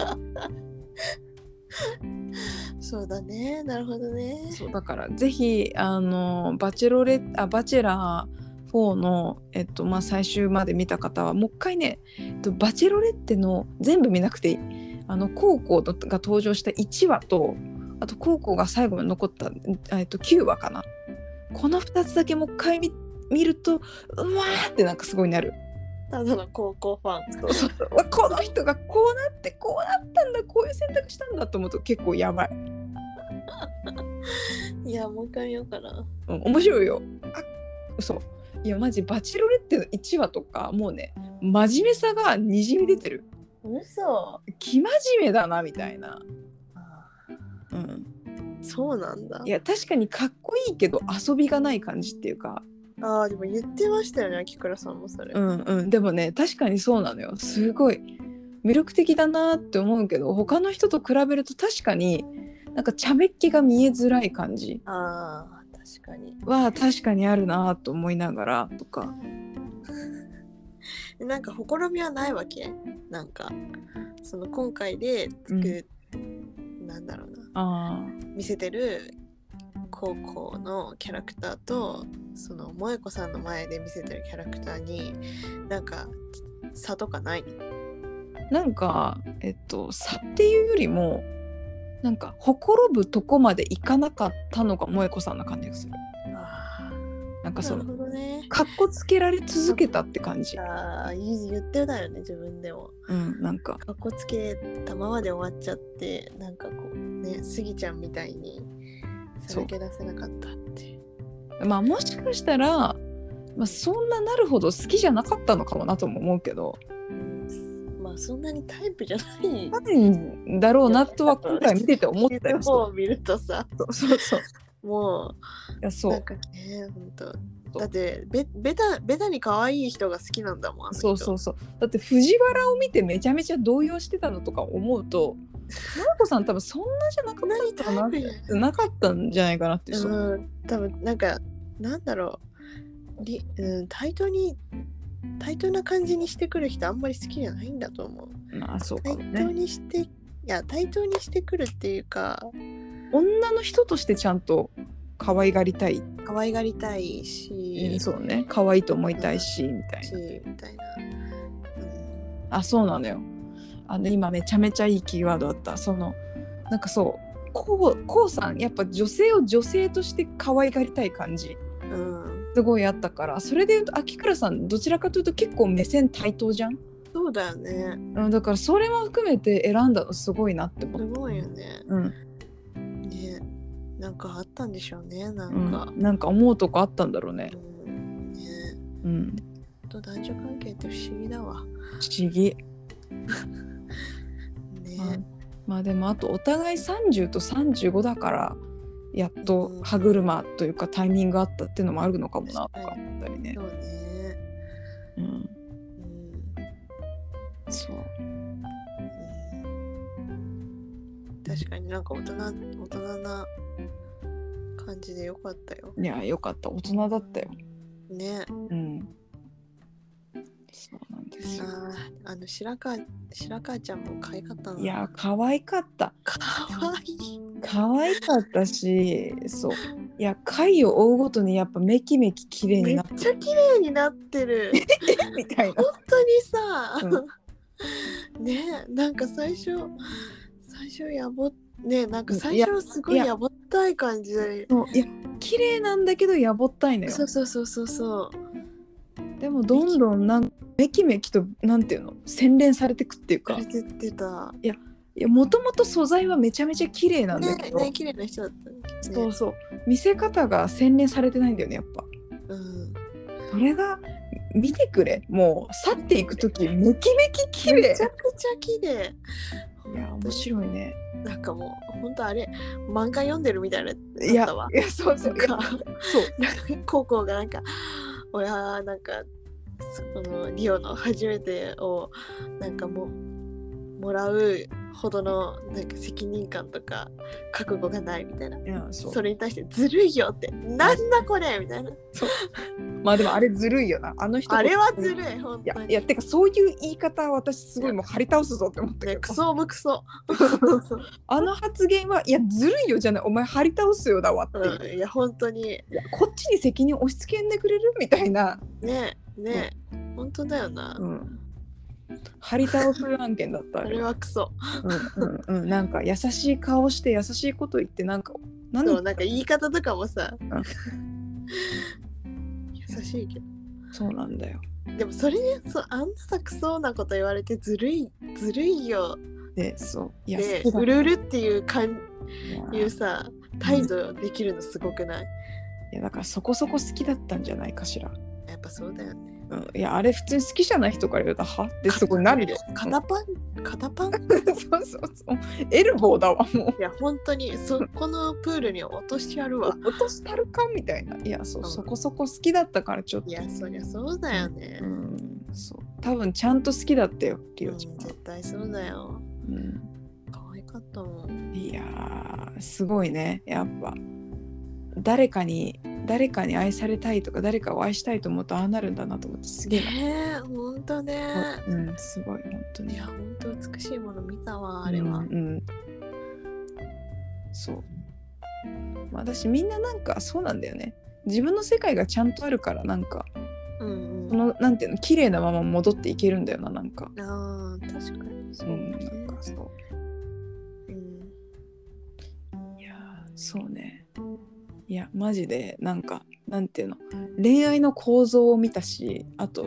そうだねなるほどねそうだからぜひあのバチェロレあバチェラーフォーの、えっとまあ、最終まで見た方はもう一回ね、えっと、バチェロレッテの全部見なくていいあのコウコが登場したいちわとあとコウコが最後に残った、えっと、きゅうわかなこのふたつだけもう一回 見, 見るとうわーってなんかすごいなるただの高校ファンそうそうそうこの人がこうなってこうなったんだこういう選択したんだと思うと結構やばいいやもう一回見ようかな、 うん、面白いよあ嘘いやマジバチェロレッテのいちわとかもうね真面目さがにじみ出てる嘘生真面目だなみたいな、 うん、そうなんだいや確かにかっこいいけど遊びがない感じっていうかあーでも言ってましたよね秋倉さんもそれうんうんでもね確かにそうなのよすごい魅力的だなって思うけど他の人と比べると確かになんか茶目っ気が見えづらい感じあー確かには確かにあるなと思いながらとかなんかほころびはないわけなんかその今回で作る、うん、なんだろうなあ見せてる高校のキャラクターとその萌子さんの前で見せてるキャラクターになんか差とかないなんかえっと差っていうよりもなんかほころぶとこまでいかなかったのが萌子さんな感じがする。あなんかその、ね、かっこつけられ続けたって感じ。 ああ言ってたよね自分でも。 うんなんかかっこつけたままで終わっちゃってなんかこうねスギちゃんみたいにさらけ出せなかったって。 まあもしかしたら、まあ、そんななるほど好きじゃなかったのかもなとも思うけど。 まあそんなにタイプじゃないないんだろうなとは今回見てて思ったよ。 方を見るとさそうそうそうもういやそうなんかね本当だってベベタベタに可愛い人が好きなんだもん。 そうそうそうだって藤原を見てめちゃめちゃ動揺してたのとか思うと奈々子さん多分そんなじゃなかったかなってなかったんじゃないかなってそう、 うん、多分なんかなんだろうリ、うん、対等に対等な感じにしてくる人あんまり好きじゃないんだと思う。 まあそうかもね。 対等にしていや対等にしてくるっていうか女の人としてちゃんと可愛がりたい可愛がりたいし、 うん、そうね可愛いと思いたいし、うん、みたいなみたいな、うん、 あそうなのよあの今めちゃめちゃいいキーワードだったそのなんかそうこう、こうさんやっぱ女性を女性として可愛がりたい感じ、うんすごいあったからそれでいうと秋倉さんどちらかというと結構目線対等じゃん。 そうだよね、 うん、だからそれも含めて選んだのすごいなって思った。 すごいよね、うんねなんかあったんでしょうねなんか、 うん、なんか思うとこあったんだろうね、 うんねうんと男女関係って不思議だわ。 不思議ね、まあ、まあでもあとお互いさんじゅうとさんじゅうごだからやっと歯車というかタイミングがあったっていうのもあるのかもなとか思ったりね。 そうね。うん。うん、 そう、うん。 確かになんか大人大人な感じでよかったよ。 いやよかった大人だったよ。 ね。 うん。そうなんですよ。 ああの白川白川ちゃんも可愛かったな。 いや可愛かった。 可愛い。 可愛かったしそういや回を追うごとにやっぱめきめき綺麗になってめっちゃ綺麗になってるみたいな。 本当にさ、 うん、 ねなんか最初最初やぼねなんか最初はすごいやぼったい感じで、 いや綺麗なんだけどやぼったいのよ。 そうそうそうそうそう。 でもどんどんなんめきめきとなんていうの洗練されてくっていうか。 されてってた。 いやいやもともと素材はめちゃめちゃ綺麗なんだけど、 ねね綺麗な人だったね。 そうそう見せ方が洗練されてないんだよねやっぱ。 うん。 それが見てくれもう去っていく時めきめき綺麗。 めちゃくちゃ綺麗。 いや面白いね。 なんかもう本当あれ漫画読んでるみたいなだったわ。 いやいやそうそうなんかそう高校がなんか俺はなんかそのリオの初めてをなんかももらうほどのなんか責任感とか覚悟がないみたいな。 いや そ, それに対してずるいよってなんだこれみたいな。 そうまあでもあれずるいよなあの人。 あれはずるい本当に。 いやいやてかそういう言い方は私すごいもう張り倒すぞって思ったけど、 ね、クソもクソあの発言はいやずるいよじゃないお前張り倒すよだわっていう、 うん、いや本当にいやこっちに責任押し付けんでくれるみたいなねね、うん、本当だよな、 うん、張り倒す案件だったあれはクソ、 うんうんうん、なんか優しい顔して優しいこと言ってなんかなんそうなんか言い方とかもさ、うん、優しいけどそうなんだよ。 でもそれねそあんなさクソなこと言われてずるいずるいよでそういやでうるうるっていうかんいうさ態度できるのすごくない？ いやだからそこそこ好きだったんじゃないかしら。 やっぱそうだよね。 うん、いやあれ普通に好きじゃない人から言うとはってすごいなるよ。 肩パン肩パンそうそうそうエルボーだわもう。 いや本当にそこのプールに落としてやるわ。 落としたるかみたいな。いやそう、うん、そこそこ好きだったからちょっと。 いやそりゃそうだよね。 うん、そう多分ちゃんと好きだったよリオちゃん、うん、 絶対そうだよ。うん。可愛かったもん。 いやーすごいねやっぱ誰かに誰かに愛されたいとか誰かを愛したいと思うとああなるんだなと思ってすげえな。 ねえほんとね。 うんすごい本当に。 いやほんと美しいもの見たわあれは。うん、うん、 そう。私みんななんかそうなんだよね。自分の世界がちゃんとあるからなんか、うんうん、そのなんていうの綺麗なまま戻っていけるんだよななんか。 あー確かにそう、ね、うん、なんかそう。 うん、いやそうね。いやマジでなんかなんていうの恋愛の構造を見たしあと、うん、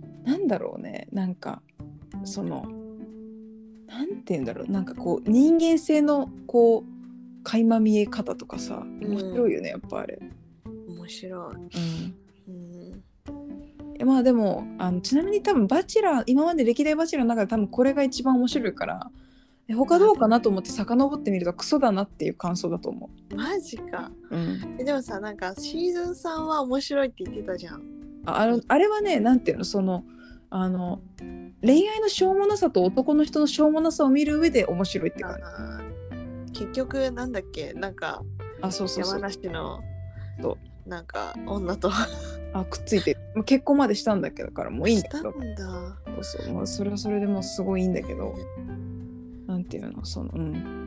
なんだろうねなんかそのなんていうんだろうなんかこう人間性のこう垣間見え方とかさ面白いよね、うん、やっぱあれ面白い、 うんうん、まあでもあのちなみに多分バチェラー今まで歴代バチェラーの中で多分これが一番面白いから他どうかなと思って遡ってみるとクソだなっていう感想だと思う。マジか、 うん、 でもさなんかシーズンさんは面白いって言ってたじゃん。 あ, あ, のあれはねなんていうのそのあの恋愛のしょうもなさと男の人のしょうもなさを見る上で面白いって感じ。結局なんだっけなんかあそうそうそう山梨のなんか女とあくっついて結婚までしたんだけどからもういいんだけどしたんだそうそう、まあ、それはそれでもうすごいいいんだけどなんていうのその、うん、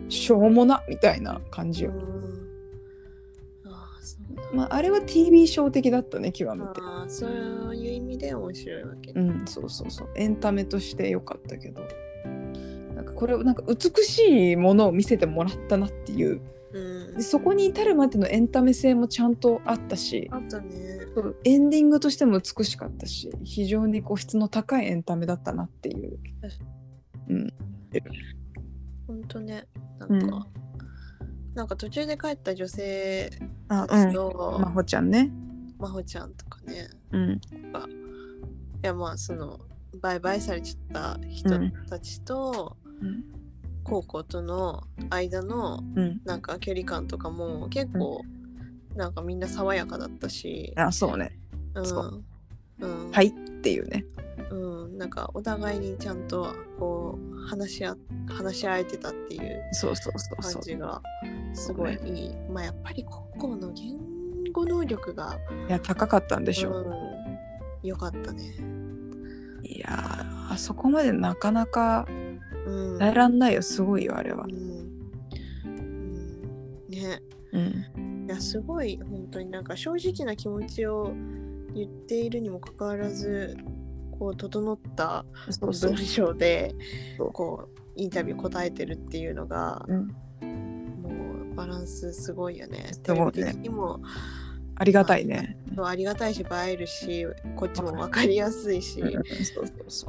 しょうもなみたいな感じよ。ああそうだ、まあ、あれは ティーブイ ショー的だったね極めて。 あそういう意味で面白いわけ、 うんそうそうそうエンタメとして良かったけどなんかこれなんか美しいものを見せてもらったなっていう、うん、でそこに至るまでのエンタメ性もちゃんとあったしあったねエンディングとしても美しかったし非常にこう質の高いエンタメだったなっていう、うん、 ほんとねなんか、うん、なんか途中で帰った女性たちと、 うん、まほちゃんねまほちゃんとかね、 うん、 いやまあそのバイバイされちゃった人たちと、うん、高校との間の、うん、なんか距離感とかも結構、うん、なんかみんな爽やかだったしあそうね、 うん、 そう、うん、はいっていうねうん、なんかお互いにちゃんとこう話し合話し合えてたっていう感じがすごいいい。まあやっぱり高校の言語能力がいや高かったんでしょう、 うん、よかったね。 いやあそこまでなかなか耐えらんないよ、すごいよあれは、 うんうん、ね、 うんいやすごい本当になんか正直な気持ちを言っているにもかかわらずこう整った文章でこうインタビュー答えてるっていうのが、うん、もうバランスすごいよね。テレビ的にもありがたいね。 あ、ありがたいし映えるしこっちも分かりやすいし、うん、そうそうそう、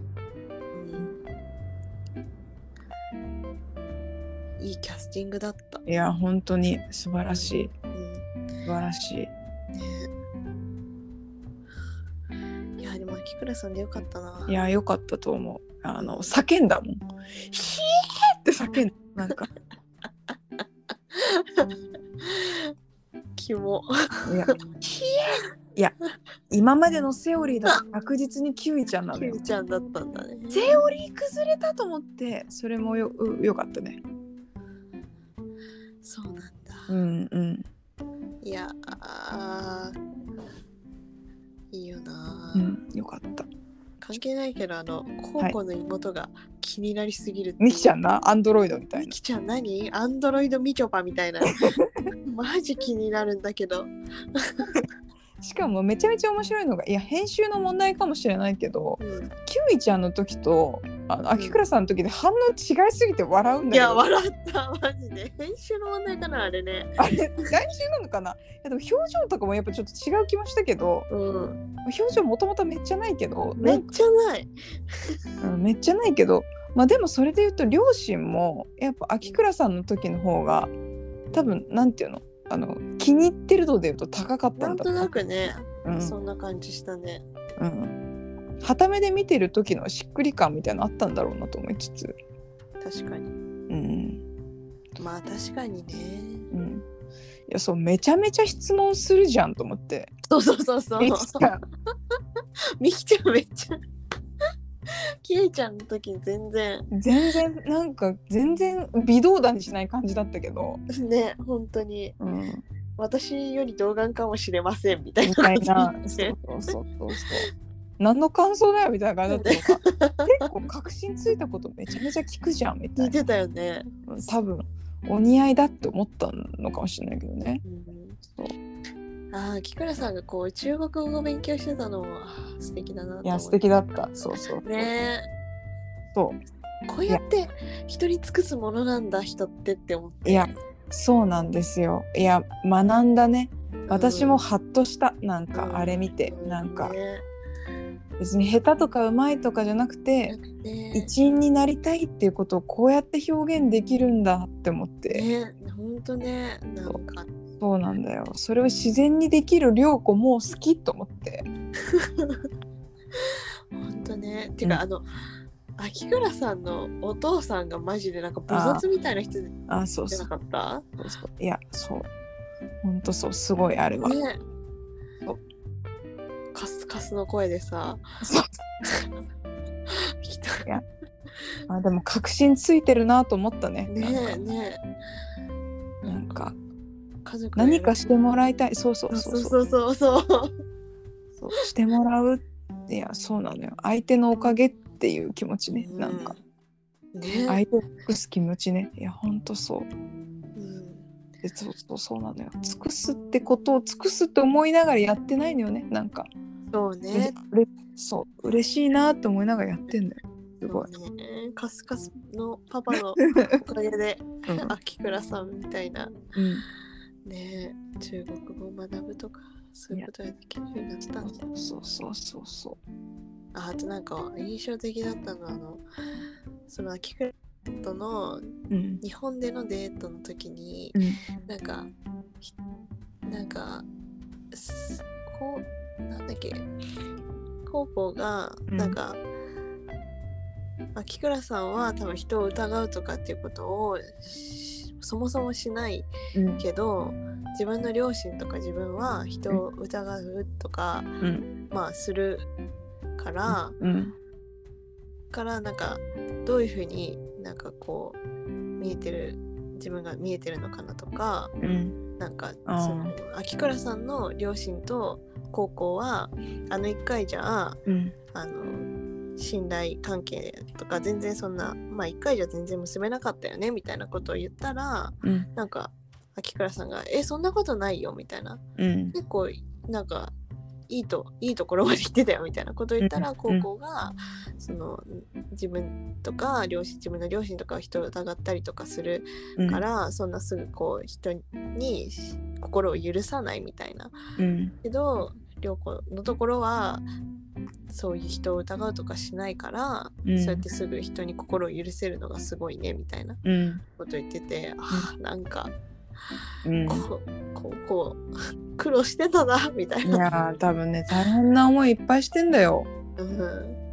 うん、いいキャスティングだった。 いや本当に素晴らしい、うん、素晴らしい、ね、 いやでも秋倉さんでよかったな。 いやよかったと思う。あの叫んだもん、ひえーって叫んだ、なんかキモいやひえーいや今までのセオリーだと確実にキウイちゃんなのよ。 キウイちゃんだったんだね。 セオリー崩れたと思って、それも よ, よかったね。 そうなんだ。 うんうん。 いやあいいよな、 うん、よかった。 関係ないけどあのコウコの妹が気になりすぎるって、 ミキちゃんな、アンドロイドみたいな。 ミキちゃん何アンドロイドみちょぱみたいなマジ気になるんだけどしかもめちゃめちゃ面白いのが、いや編集の問題かもしれないけど、うん、キウイちゃんの時とあの秋倉さんの時で反応違いすぎて笑うんだけど、 いや笑ったマジで。編集の問題かなあれね。 あれ来週なのかな。いやでも表情とかもやっぱちょっと違う気もしたけど、うん、表情もともとめっちゃないけど、 めっちゃない、 うん、めっちゃないけど、まあでもそれで言うと両親もやっぱ秋倉さんの時の方が多分なんていうの、あの気に入ってる度で言うと高かったんだ。 なんとなくね、うん、そんな感じしたね。 うん。傍目で見てる時のしっくり感みたいなのあったんだろうなと思いつつ。 確かに。うん。まあ確かにね。 うん。いやそうめちゃめちゃ質問するじゃんと思って。 そうそうそうそう。ミキちゃん。ミキちゃんめっちゃ。キエちゃんの時に全然全然なんか全然微動だにしない感じだったけどね、本当に、うん、私より童顔かもしれませんみたいな感じで、そうそうそうそう何の感想だよみたいな感じだったのか結構確信ついたことめちゃめちゃ聞くじゃんみたいな。 聞いてたよね。 多分お似合いだって思ったのかもしれないけどね、うん、そうああ、木倉さんがこう中国語を勉強してたのも素敵だなと思って。 いや素敵だった。そうそうね。 そうこうやって一人尽くすものなんだ人ってって思って。 いやそうなんですよ。いや学んだね。私もハッとした、うん、なんかあれ見て、うん、なんか、ね、別に下手とか上手いとかじゃなくて、ね、一員になりたいっていうことをこうやって表現できるんだって思って。 ね、ほんとね、なんかそうなんだよ。それを自然にできる涼子も好きと思ってほんとね。てか、うん、あの秋倉さんのお父さんがマジでなんか菩薩みたいな人じゃなかった？そうそうそういやそうほんとそうすごいあれは、ね、 そうカスカスの声でさそういやあでも確信ついてるなと思ったね。 ねえねえなんか家族何かしてもらいたい。そうそうそうそうそうそうそうしてもらう。いやそうなのよ。相手のおかげっていう気持ちね、うん、なんか、ね、相手を尽くす気持ちね。いやほんとそう、うん、でそうそうそうなのよ。尽くすってことを尽くすって思いながらやってないのよね。なんかそうね、 うそう嬉しいなって思いながらやってんだよ。すごい、 ね、カスカスのパパのおかげで、うん、秋倉さんみたいな、うん、ね中国語を学ぶとかそういうことができるようになったんだ。 そうそうそうそう。 あ, あとなんか印象的だったのはあのその秋倉との日本でのデートの時に、うん、なんかなんかこうなんだっけ高校がなんか、うん、秋倉さんは多分人を疑うとかっていうことをそもそもしないけど、うん、自分の両親とか自分は人を疑うとか、うん、まあするから、うん、からなんかどういう風になんかこう見えてる自分が見えてるのかなとか、うん、なんかその秋倉さんの両親と高校はあの一回じゃ、うん、あの信頼関係とか全然そんなまあ一回じゃ全然結べなかったよねみたいなことを言ったら、うん、なんか秋倉さんがえそんなことないよみたいな、 うん、 結構なんかいいといいところまで行ってたよみたいなことを言ったら、高校がその自分とか両親自分の両親とかを人を疑ったりとかするから、うん、そんなすぐこう人に心を許さないみたいな、 うん、 けど涼子のところはそういう人を疑うとかしないから、うん、そうやってすぐ人に心を許せるのがすごいねみたいなこと言ってて、うん、あなんか、うん、こうこうこう苦労してたなみたいな。 いや多分ね大変な思いいっぱいしてんだよ、うん、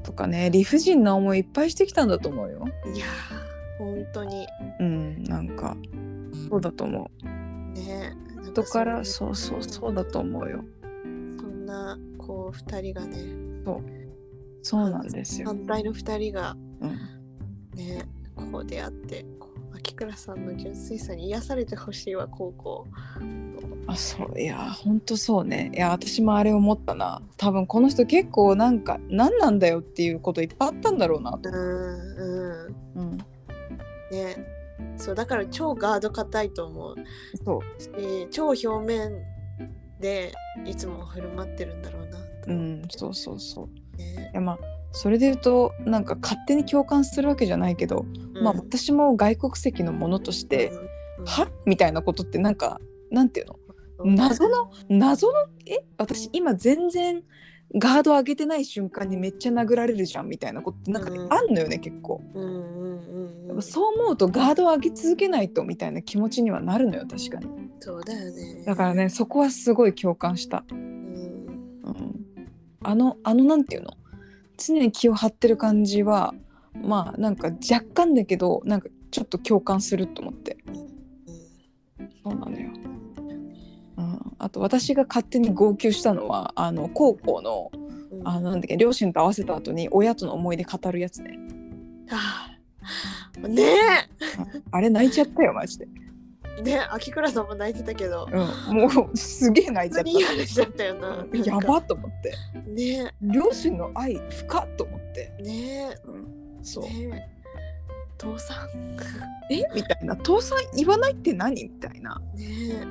とかね理不尽な思いいっぱいしてきたんだと思うよ。 いや本当にうんなんかそうだと思うね。人からそうそうそうだと思うよ。 そんなこうふたりがねそうそうなんですよ。 反対のふたりが、 うん、 ねこう出会って秋倉さんの純粋さに癒されてほしいわ高校。 あそういやほんとそうね。いや私もあれ思ったな。多分この人結構なんか何なんだよっていうこといっぱいあったんだろうなと。うんうんうんねそうだから超ガード硬いと思う。 そうし超表面でいつも振る舞ってるんだろうなと。 うんそうそうそう、ね、いやまあそれで言うとなんか勝手に共感するわけじゃないけど、うん、まあ私も外国籍のものとして、うんうん、はみたいなことってなんかなんていうの謎の謎のえ私今全然ガード上げてない瞬間にめっちゃ殴られるじゃんみたいなことってなんか、ねうん、あんのよね結構、うんうんうん、そう思うとガードを上げ続けないとみたいな気持ちにはなるのよ確かに。 そうだよね。 だからねそこはすごい共感した、うんうん、あのあのなんていうの常に気を張ってる感じはまあなんか若干だけどなんかちょっと共感すると思って、うん、そうなのよ、うん、あと私が勝手に号泣したのはあの高校の、うん、あのなんだっけ両親と合わせた後に親との思い出語るやつね。 あねえあれ泣いちゃったよマジで。 ね秋倉さんも泣いてたけど、 うん、もうすげえ泣いちゃった。 何やれちゃったよな。 やばと思って。 ね両親の愛深っと思って。 ね、 うん、そう。 ね父さんえみたいな父さん言わないって何みたいな。 ね、うん、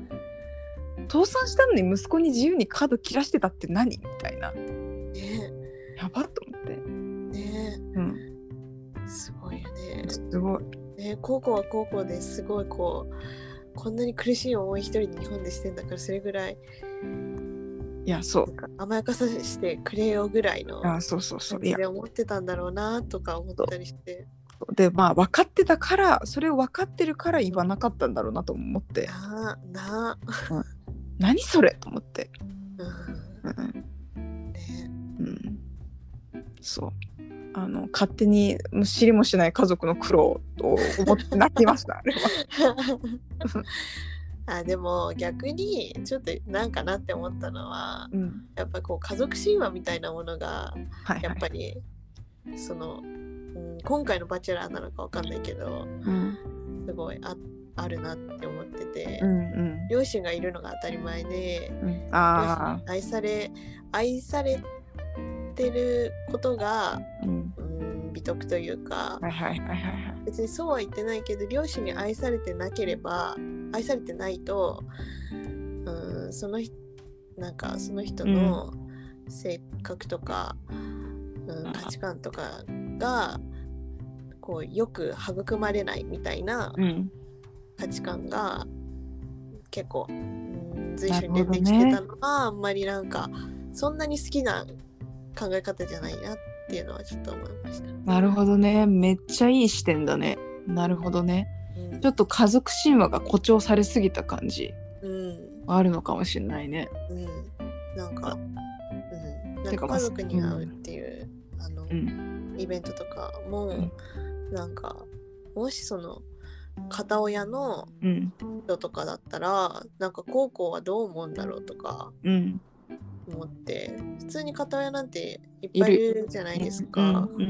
倒産したのに息子に自由にカード切らしてたって何みたいな。 ねやばと思って。 ね、うん、すごいよね。 すごい。 ね、高校は高校ですごいこうこんなに苦しい思い一人で日本でしてんだからそれぐらいいやそう甘やかさせてくれよぐらいのあそうそうそう感じで思ってたんだろうなとか思ったりしてでまあ分かってたからそれを分かってるから言わなかったんだろうなと思ってなな、 うん、何それと思って、 うんうんねうん、そうあの勝手に知りもしない家族の苦労を思って泣きましたあれはあでも逆にちょっとなんかなって思ったのは、うん、やっぱこう家族神話みたいなものがやっぱり、はいはい、その、うん、今回のバチェラーなのかわかんないけど、うん、すごい あ, あるなって思ってて、うんうん、両親がいるのが当たり前で、うん、あ愛され愛されてることが、うんうん、美徳というか、はいはいはいはい、別にそうは言ってないけど両親に愛されてなければ愛されてないと、うん、そのなんかその人の性格とか、うん、価値観とかがこうよく育まれないみたいな価値観が結構、うん、随所に出てきてたのは、ね、あんまりなんかそんなに好きな考え方じゃないなっていうのはちょっと思いました。 なるほどね、めっちゃいい視点だね。なるほどね、うん、ちょっと家族神話が誇張されすぎた感じ、うん、あるのかもしれないね、 うん、なんか、うん、なんか家族に会うっていう、うん、あの、うん、イベントとかも、うん、なんかもしその片親の人とかだったら、うん、なんか高校はどう思うんだろうとか、うん思って普通に片親なんていっぱいいるじゃないですか、うんうん、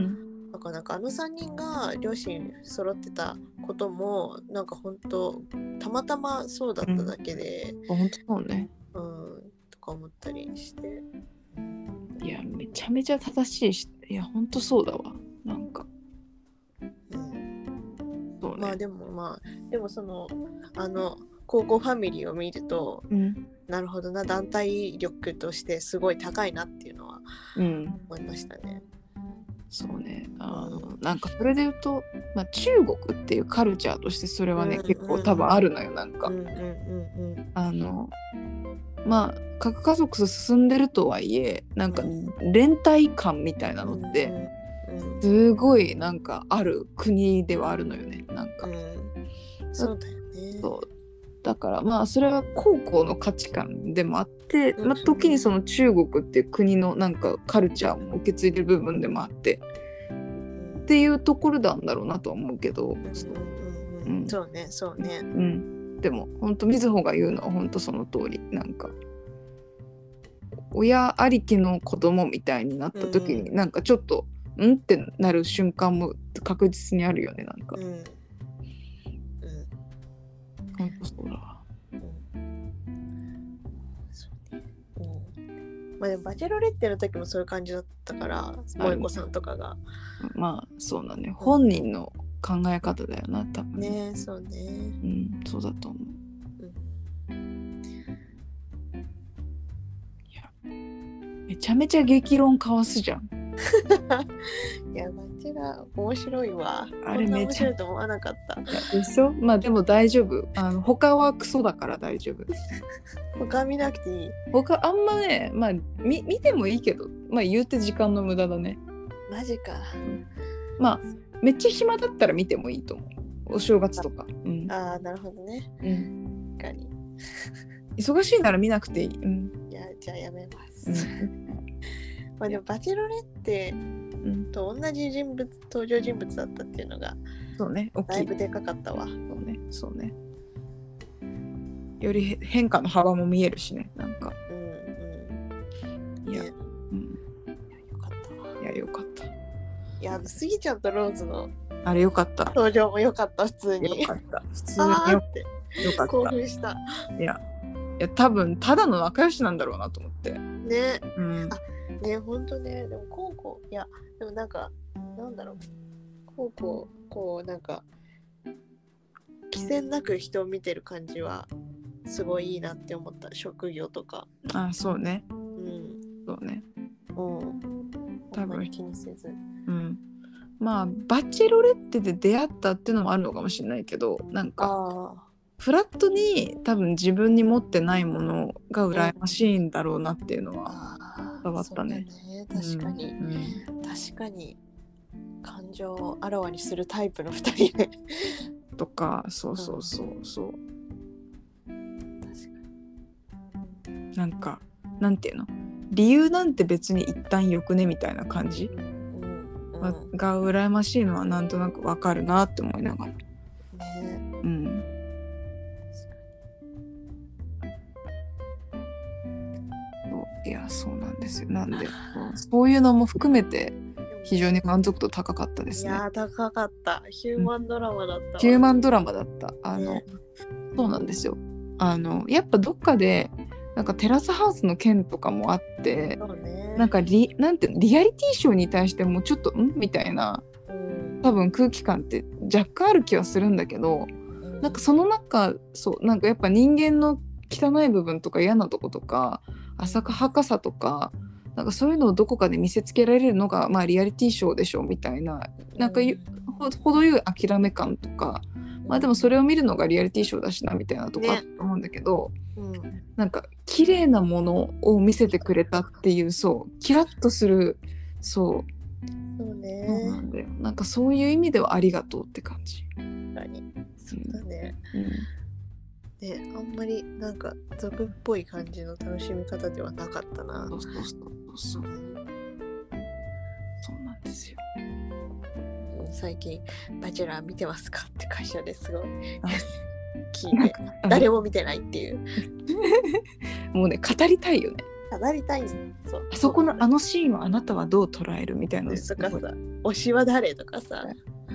だからなんかあのさんにんが両親揃ってたこともなんか本当たまたまそうだっただけで、 うん、本当そうね、 うん、とか思ったりして、 いやめちゃめちゃ正しいし、いや本当そうだわ、なんか、 うんそうね、まあでもまあでもそのあの高校ファミリーを見ると、 うん、 なるほどな、団体力としてすごい高いなっていうのは思いましたね。 うん、そうね、あの、うん、なんかそれで言うと、まあ、中国っていうカルチャーとしてそれはね、うんうん、結構多分あるのよ。なんか、うんうんうんうん、あのまあ核家族進んでるとはいえなんか連帯感みたいなのってすごいなんかある国ではあるのよね。なんか、 うん、そうだよね。 そうだからまあそれは高校の価値観でもあって、うん、まあ、時にその中国っていう国のなんかカルチャーも受け継いでる部分でもあって、うん、っていうところなんだろうなとは思うけど、うんうんうん、そうねそうね、 うん、でも本当みずほが言うのは本当その通り、なんか親ありきの子供みたいになった時に、うん、なんかちょっとんってなる瞬間も確実にあるよね。なんか、うんうん、本当そうだわ、うん、 そうね、うん、まあでもバチェロレッテの時もそういう感じだったから萌子さんとかが、 まあそうだね、本人の考え方だよな多分ね。そうね、 うん、そうだと思う。めちゃめちゃ激論交わすじゃん。 いや、バチェラー面白いわ。あれめっちゃ面白いと思わなかった。 でしょ？まあでも大丈夫。あの他はクソだから大丈夫。 他見なくていい？ 他あんまね、まあ見見てもいいけど、まあ言うて時間の無駄だね。 マジか。 うん、まあめっちゃ暇だったら見てもいいと思う。お正月とか。 うん、ああ、なるほどね。うん。確かに。 忙しいなら見なくていい。うん、 いや、じゃあやめます。うんまあでもバチェロレッテと同じ人物、登場人物だったっていうのがそうね、大きい。 だいぶでかかったわ。 そうね、そうね。より変化の幅も見えるしね、なんか。うんうん。いや、ね、うん。いや、よかったわ。いや、よかった。 いや、スギちゃんとローズのあれよかった。 登場もよかった、普通に。 よかった。普通によかった。よかった。 興奮した。 いや、いや多分ただの仲良しなんだろうなと思って。 ね。 うん。 あね、ほんとね、でも高校、いや、でもなんか、なんだろう、高校、こう、なんか、気兼なく人を見てる感じは、すごいいいなって思った、職業とか。 あ、そうね。 うん。 そうね。 うん。多分気にせず。 うん。まあ、バチェロレッテで出会ったっていうのもあるのかもしれないけど、なんか、フラットに多分自分に持ってないものが羨ましいんだろうなっていうのは伝わったね。 うん、そうだね、確かに、うんうん、確かに感情をあらわにするタイプのふたりねとか、そうそうそうそう、うん、確かになんかなんていうの、理由なんて別に一旦よくねみたいな感じ、うんうん、が羨ましいのはなんとなくわかるなって思いながら、ね、うん。いや、そうなんですよ。なんでそういうのも含めて非常に満足度高かったですね。 いや高かった。ヒューマンドラマだった、うん、 ヒューマンドラマだった。あの、ね、そうなんですよ。あのやっぱどっかでなんかテラスハウスの件とかもあって、そうね、なんかリなんてリアリティショーに対してもちょっとんみたいな、うん、多分空気感って若干ある気はするんだけど、うん、なんかその中そうなんかやっぱ人間の汚い部分とか嫌なとことか浅はかさとかなんかそういうのをどこかで見せつけられるのが、まあ、リアリティショーでしょみたいな、なんか程よい諦め感とか、まあでもそれを見るのがリアリティショーだしなみたいなとこあったと思うんだけど、ね、うん、なんか綺麗なものを見せてくれたっていう、そうキラッとする、そうそうね、 そうなんだよ。なんかそういう意味ではありがとうって感じ。 確かにそうだね、うんうんね、あんまりなんか俗っぽい感じの楽しみ方ではなかったな。 そうそうそうそう。そうなんですよ。 最近バチェラー見てますかって会社ですごい聞いて誰も見てないっていうもうね語りたいよね。 語りたい。そう。 あそこのあのシーンをあなたはどう捉えるみたいなのとかさ、推しは誰とかさ。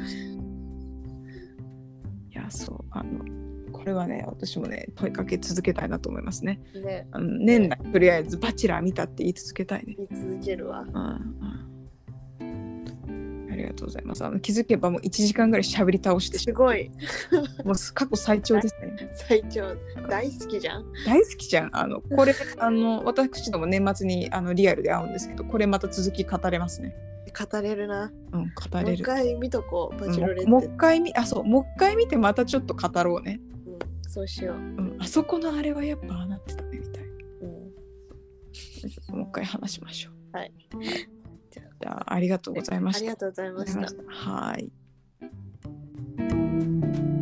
いやそうあの。これはね私もね問いかけ続けたいなと思いますね。ね、あの年内とりあえずバチェラー見たって言い続けたいね。 言い続けるわ。うんうん、 ありりがとうございます。あの気づけばもういちじかんぐらいしゃべり倒してすごいもう過去最長ですね。 最長大好きじゃん。 大好きじゃん。あのこれあの私ども年末にあのリアルで会うんですけど、これまた続き語れますね。 語れるな。 うん、語れる。 もう一回見とこうバチェロレッテ、 うん、もう一回見あそうもう一回見てまたちょっと語ろうね。 うん、そうしよう。うん、 あそこのあれはやっぱああなってたねみたいな。 うん、 もう一回話しましょう。 はい。はい、 じゃあありがとうございました。 ありがとうございました。 はい。